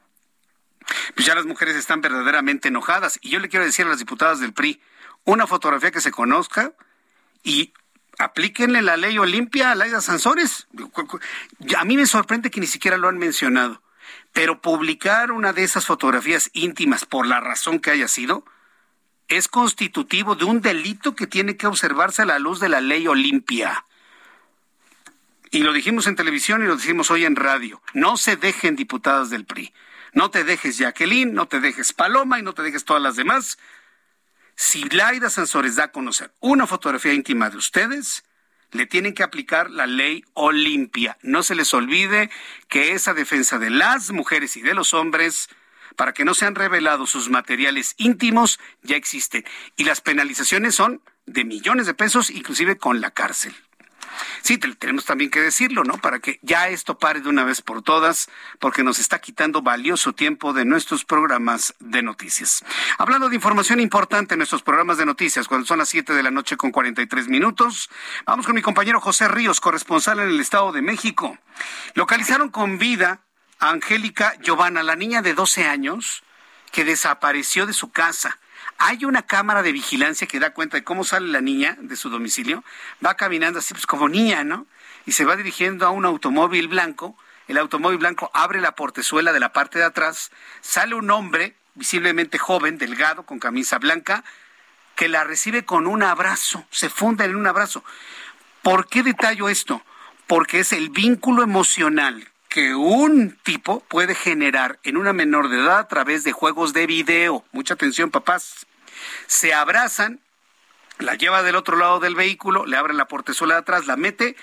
Pues ya las mujeres están verdaderamente enojadas, y yo le quiero decir a las diputadas del PRI, una fotografía que se conozca y aplíquenle la ley Olimpia a Laida Sansores. A mí me sorprende que ni siquiera lo han mencionado. Pero publicar una de esas fotografías íntimas, por la razón que haya sido, es constitutivo de un delito que tiene que observarse a la luz de la ley Olimpia. Y lo dijimos en televisión y lo decimos hoy en radio. No se dejen, diputadas del PRI. No te dejes, Jacqueline, no te dejes, Paloma, y no te dejes todas las demás. Si Laida Sansores da a conocer una fotografía íntima de ustedes, le tienen que aplicar la ley Olimpia. No se les olvide que esa defensa de las mujeres y de los hombres, para que no sean revelados sus materiales íntimos, ya existen. Y las penalizaciones son de millones de pesos, inclusive con la cárcel. Sí, tenemos también que decirlo, ¿no? Para que ya esto pare de una vez por todas, porque nos está quitando valioso tiempo de nuestros programas de noticias. Hablando de información importante en nuestros programas de noticias, cuando son las 7:43 p.m, vamos con mi compañero José Ríos, corresponsal en el Estado de México. Localizaron con vida a Angélica Giovanna, la niña de 12 años que desapareció de su casa. Hay una cámara de vigilancia que da cuenta de cómo sale la niña de su domicilio. Va caminando así, pues como niña, ¿no? Y se va dirigiendo a un automóvil blanco. El automóvil blanco abre la portezuela de la parte de atrás. Sale un hombre, visiblemente joven, delgado, con camisa blanca, que la recibe con un abrazo. Se funden en un abrazo. ¿Por qué detallo esto? Porque es el vínculo emocional que un tipo puede generar en una menor de edad a través de juegos de video. Mucha atención, papás. Se abrazan, la lleva del otro lado del vehículo, le abre la portezuela de atrás, la mete,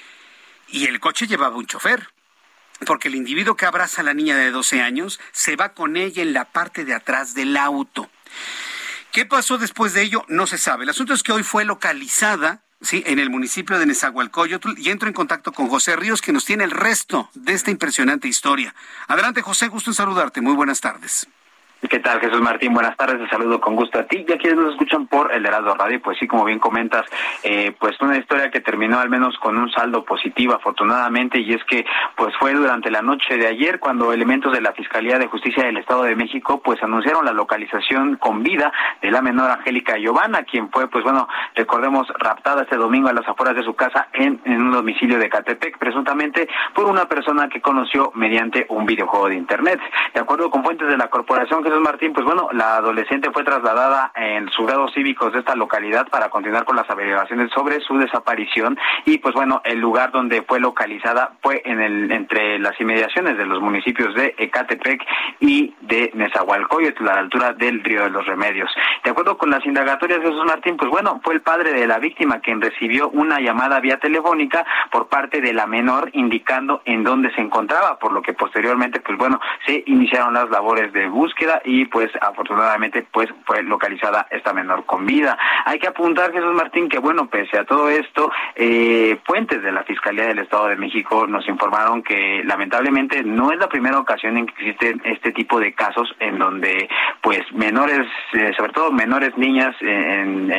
y el coche llevaba un chofer. Porque el individuo que abraza a la niña de 12 años se va con ella en la parte de atrás del auto. ¿Qué pasó después de ello? No se sabe. El asunto es que hoy fue localizada, sí, en el municipio de Nezahualcóyotl, y entro en contacto con José Ríos, que nos tiene el resto de esta impresionante historia. Adelante, José, gusto en saludarte. Muy buenas tardes. ¿Qué tal, Jesús Martín? Buenas tardes, te saludo con gusto a ti y a quienes nos escuchan por el Heraldo Radio. Pues sí, como bien comentas, pues una historia que terminó al menos con un saldo positivo, afortunadamente, y es que pues fue durante la noche de ayer cuando elementos de la Fiscalía de Justicia del Estado de México pues anunciaron la localización con vida de la menor Angélica Giovanna, quien fue, pues bueno, recordemos, raptada este domingo a las afueras de su casa en un domicilio de Catepec, presuntamente por una persona que conoció mediante un videojuego de internet. De acuerdo con fuentes de la corporación, Jesús Martín, pues bueno, la adolescente fue trasladada en los juzgados cívicos de esta localidad para continuar con las averiguaciones sobre su desaparición y pues bueno, el lugar donde fue localizada fue entre las inmediaciones de los municipios de Ecatepec y de Nezahualcóyotl, a la altura del Río de los Remedios. De acuerdo con las indagatorias de Jesús Martín, pues bueno, fue el padre de la víctima quien recibió una llamada vía telefónica por parte de la menor indicando en dónde se encontraba, por lo que posteriormente, pues bueno, se iniciaron las labores de búsqueda y pues afortunadamente pues fue localizada esta menor con vida. Hay que apuntar, Jesús Martín, que bueno, pese a todo esto, fuentes de la Fiscalía del Estado de México nos informaron que lamentablemente no es la primera ocasión en que existen este tipo de casos en donde pues menores, sobre todo menores niñas en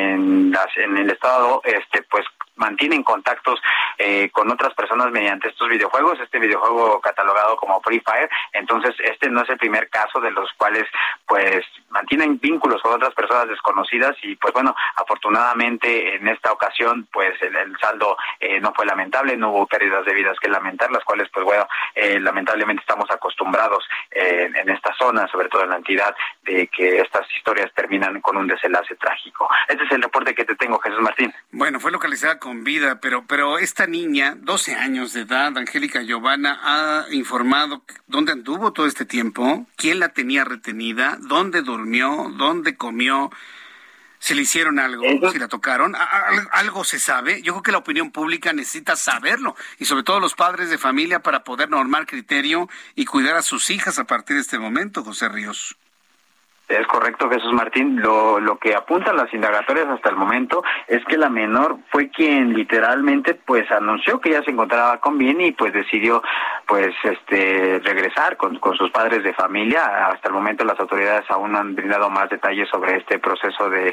el estado, pues mantienen contactos con otras personas mediante estos videojuegos, este videojuego catalogado como Free Fire. Entonces este no es el primer caso de los cuales pues mantienen vínculos con otras personas desconocidas y pues bueno, afortunadamente en esta ocasión pues el saldo no fue lamentable, no hubo pérdidas de vidas que lamentar, las cuales pues bueno, lamentablemente estamos acostumbrados en esta zona, sobre todo en la entidad, de que estas historias terminan con un desenlace trágico. Este es el reporte que te tengo, Jesús Martín. Bueno, fue localizada con con vida, pero esta niña, 12 años de edad, Angélica Giovanna, ha informado dónde anduvo todo este tiempo, quién la tenía retenida, dónde durmió, dónde comió, si le hicieron algo, si la tocaron, algo se sabe. Yo creo que la opinión pública necesita saberlo, y sobre todo los padres de familia, para poder normar criterio y cuidar a sus hijas a partir de este momento, José Ríos. Es correcto, Jesús Martín. Lo que apuntan las indagatorias hasta el momento es que la menor fue quien literalmente pues anunció que ella se encontraba con bien y pues decidió pues regresar con sus padres de familia. Hasta el momento las autoridades aún no han brindado más detalles sobre este proceso de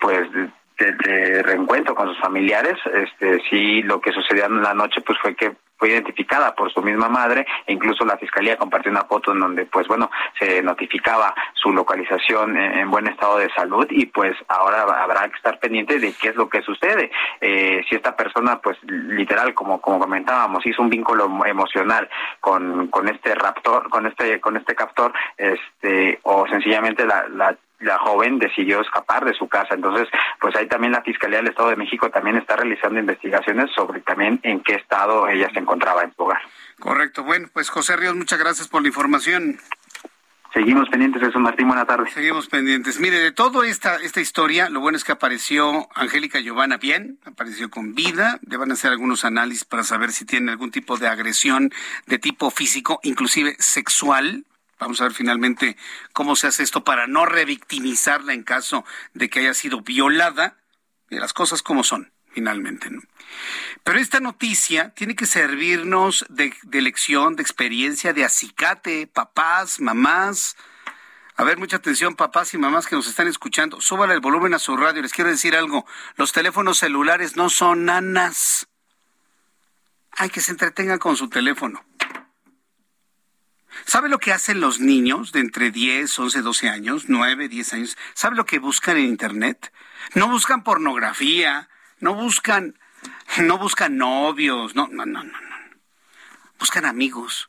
reencuentro con sus familiares. Sí, lo que sucedió en la noche pues fue que fue identificada por su misma madre, e incluso la fiscalía compartió una foto en donde pues se notificaba su localización en buen estado de salud, y pues ahora habrá que estar pendiente de qué es lo que sucede. Si esta persona pues literal, como comentábamos, hizo un vínculo emocional con este raptor, con este captor, o sencillamente la joven decidió escapar de su casa. Entonces, pues ahí también la Fiscalía del Estado de México también está realizando investigaciones sobre también en qué estado ella se encontraba en su hogar. Correcto. Bueno, pues José Ríos, muchas gracias por la información. Seguimos pendientes, Jesús Martín, buenas tardes. Seguimos pendientes. Mire, de toda esta historia, lo bueno es que apareció Angélica Giovanna bien, apareció con vida. Le van a hacer algunos análisis para saber si tiene algún tipo de agresión de tipo físico, inclusive sexual. Vamos a ver finalmente cómo se hace esto para no revictimizarla en caso de que haya sido violada. Y las cosas como son, finalmente, ¿no? Pero esta noticia tiene que servirnos de lección, de experiencia, de acicate, papás, mamás. A ver, mucha atención, papás y mamás que nos están escuchando. Súbale el volumen a su radio. Les quiero decir algo. Los teléfonos celulares no son nanas. Hay que se entretengan con su teléfono. ¿Sabe lo que hacen los niños de entre 10, 11, 12 años, 9, 10 años? ¿Sabe lo que buscan en Internet? No buscan pornografía, no buscan novios, no. Buscan amigos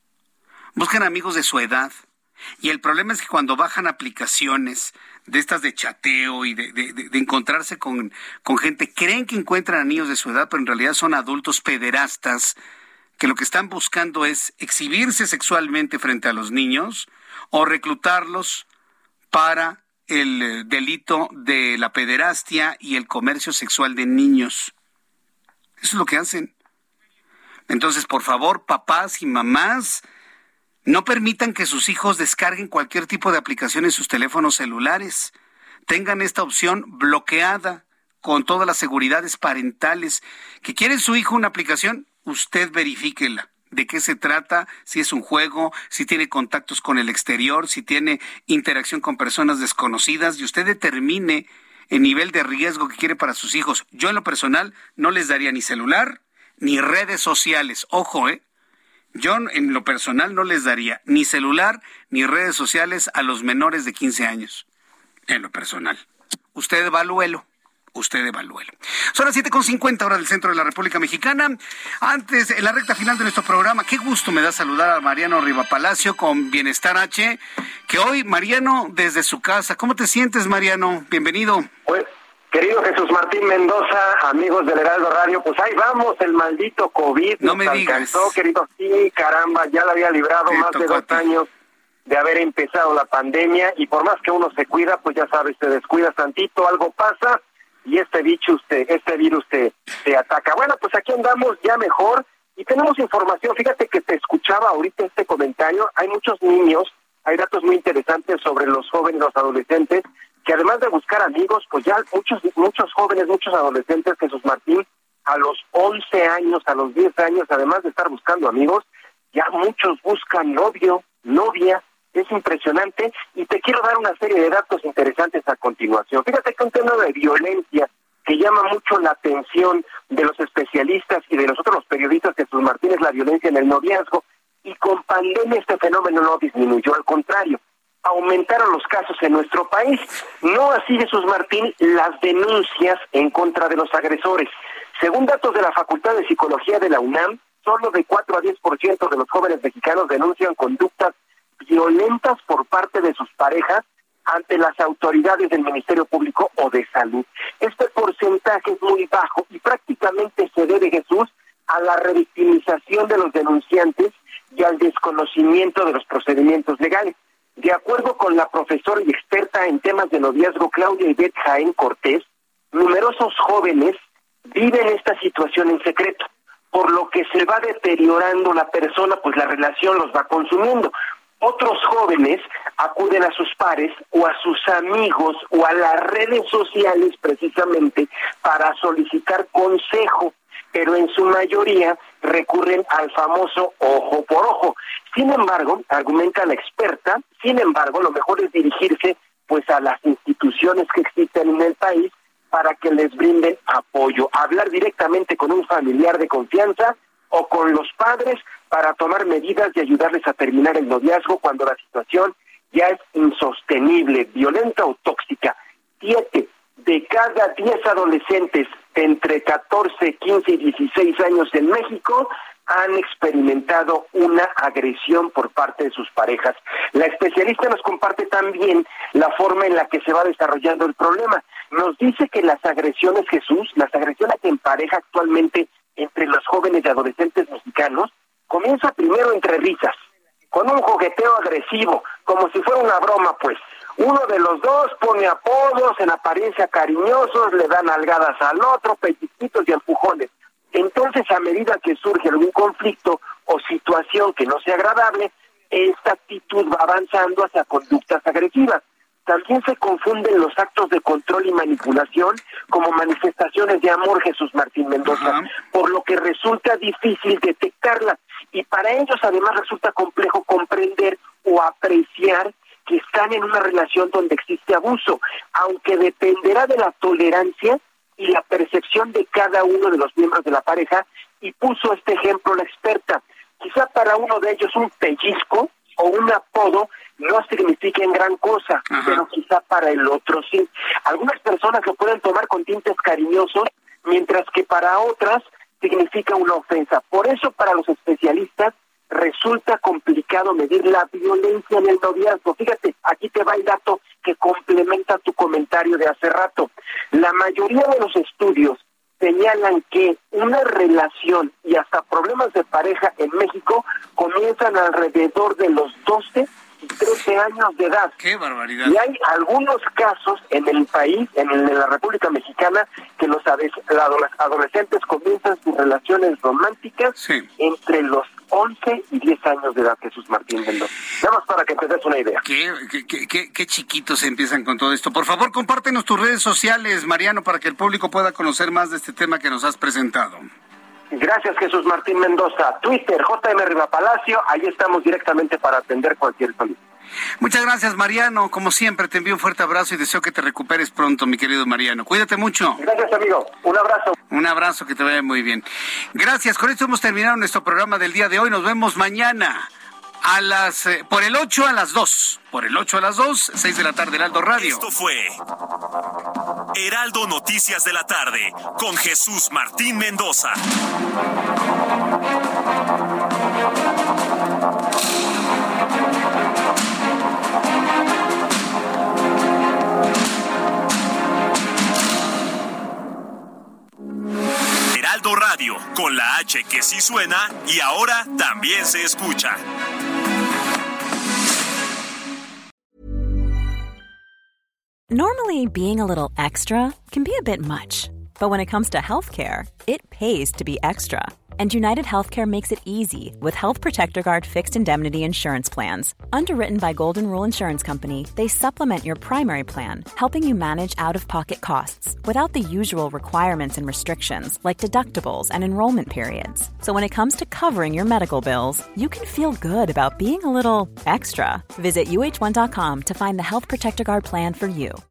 de su edad. Y el problema es que cuando bajan aplicaciones de estas de chateo y de encontrarse con gente, creen que encuentran a niños de su edad, pero en realidad son adultos pederastas que lo que están buscando es exhibirse sexualmente frente a los niños o reclutarlos para el delito de la pederastia y el comercio sexual de niños. Eso es lo que hacen. Entonces, por favor, papás y mamás, no permitan que sus hijos descarguen cualquier tipo de aplicación en sus teléfonos celulares. Tengan esta opción bloqueada con todas las seguridades parentales. ¿Que quiere su hijo una aplicación? Usted verifíquela. ¿De qué se trata? Si es un juego, si tiene contactos con el exterior, si tiene interacción con personas desconocidas, y usted determine el nivel de riesgo que quiere para sus hijos. Yo en lo personal no les daría ni celular ni redes sociales. Ojo, yo en lo personal no les daría ni celular ni redes sociales a los menores de 15 años. En lo personal. Usted evalúelo. Son las 7:50 horas del centro de la República Mexicana. Antes, en la recta final de nuestro programa, qué gusto me da saludar a Mariano Rivapalacio con Bienestar H, que hoy, Mariano, desde su casa. ¿Cómo te sientes, Mariano? Bienvenido. Pues, querido Jesús Martín Mendoza, amigos del Heraldo Radio, pues ahí vamos, el maldito COVID no me digas. Alcanzó, querido. Sí, caramba, ya la había librado más de 2 años de haber empezado la pandemia, y por más que uno se cuida, pues ya sabes, te descuidas tantito, algo pasa, y este virus te ataca. Bueno, pues aquí andamos ya mejor y tenemos información. Fíjate que te escuchaba ahorita este comentario. Hay muchos niños, hay datos muy interesantes sobre los jóvenes, los adolescentes, que además de buscar amigos, pues ya muchos jóvenes, muchos adolescentes, Jesús Martín, a los 11 años, a los 10 años, además de estar buscando amigos, ya muchos buscan novio, novia. Es impresionante, y te quiero dar una serie de datos interesantes a continuación. Fíjate que un tema de violencia que llama mucho la atención de los especialistas y de nosotros los periodistas, Jesús Martín, es la violencia en el noviazgo, y con pandemia este fenómeno no disminuyó, al contrario, aumentaron los casos en nuestro país. No así, Jesús Martín, las denuncias en contra de los agresores. Según datos de la Facultad de Psicología de la UNAM, solo de 4 a 10% de los jóvenes mexicanos denuncian conductas violentas por parte de sus parejas ante las autoridades del Ministerio Público o de Salud. Este porcentaje es muy bajo y prácticamente se debe, Jesús, a la revictimización de los denunciantes y al desconocimiento de los procedimientos legales. De acuerdo con la profesora y experta en temas de noviazgo Claudia Ivette Jaén Cortés, numerosos jóvenes viven esta situación en secreto, por lo que se va deteriorando la persona, pues la relación los va consumiendo. Otros jóvenes acuden a sus pares o a sus amigos o a las redes sociales precisamente para solicitar consejo, pero en su mayoría recurren al famoso ojo por ojo. Sin embargo, argumenta la experta, lo mejor es dirigirse pues a las instituciones que existen en el país para que les brinden apoyo, hablar directamente con un familiar de confianza o con los padres para tomar medidas y ayudarles a terminar el noviazgo cuando la situación ya es insostenible, violenta o tóxica. 7 de cada 10 adolescentes entre 14, 15 y 16 años en México han experimentado una agresión por parte de sus parejas. La especialista nos comparte también la forma en la que se va desarrollando el problema. Nos dice que las agresiones, Jesús, las agresiones en pareja actualmente entre los jóvenes y adolescentes mexicanos, comienza primero entre risas, con un jugueteo agresivo, como si fuera una broma, pues. Uno de los dos pone apodos en apariencia cariñosos, le dan nalgadas al otro, pellizquitos y empujones. Entonces, a medida que surge algún conflicto o situación que no sea agradable, esta actitud va avanzando hacia conductas agresivas. También se confunden los actos de control y manipulación como manifestaciones de amor, Jesús Martín Mendoza, por lo que resulta difícil detectarlas. Y para ellos, además, resulta complejo comprender o apreciar que están en una relación donde existe abuso, aunque dependerá de la tolerancia y la percepción de cada uno de los miembros de la pareja, y puso este ejemplo la experta. Quizá para uno de ellos un pellizco o un apodo no signifiquen gran cosa, pero quizá para el otro sí. Algunas personas lo pueden tomar con tintes cariñosos, mientras que para otras significa una ofensa. Por eso, para los especialistas, resulta complicado medir la violencia en el noviazgo. Fíjate, aquí te va el dato que complementa tu comentario de hace rato. La mayoría de los estudios señalan que una relación y hasta problemas de pareja en México comienzan alrededor de los 12 y 13 años de edad. ¡Qué barbaridad! Y hay algunos casos en el país, en la República Mexicana, que los adolescentes comienzan sus relaciones románticas entre los 11 y 10 años de edad, Jesús Martín Mendoza. Nada más para que te des una idea. Qué chiquitos empiezan con todo esto. Por favor, compártenos tus redes sociales, Mariano, para que el público pueda conocer más de este tema que nos has presentado. Gracias, Jesús Martín Mendoza. Twitter, JM Rivapalacio, ahí estamos directamente para atender cualquier solicitud. Muchas gracias, Mariano. Como siempre, te envío un fuerte abrazo y deseo que te recuperes pronto, mi querido Mariano. Cuídate mucho. Gracias, amigo. Un abrazo. Un abrazo, que te vaya muy bien. Gracias. Con esto hemos terminado nuestro programa del día de hoy. Nos vemos mañana por el 8 a las 2. Por el 8 a las 2, 6 de la tarde, Heraldo Radio. Esto fue Heraldo Noticias de la tarde con Jesús Martín Mendoza. Heraldo Radio, con la H que sí suena y ahora también se escucha. Normally, being a little extra can be a bit much, but when it comes to healthcare, it pays to be extra. And United Healthcare makes it easy with Health Protector Guard fixed indemnity insurance plans. Underwritten by Golden Rule Insurance Company, they supplement your primary plan, helping you manage out-of-pocket costs without the usual requirements and restrictions like deductibles and enrollment periods. So when it comes to covering your medical bills, you can feel good about being a little extra. Visit uh1.com to find the Health Protector Guard plan for you.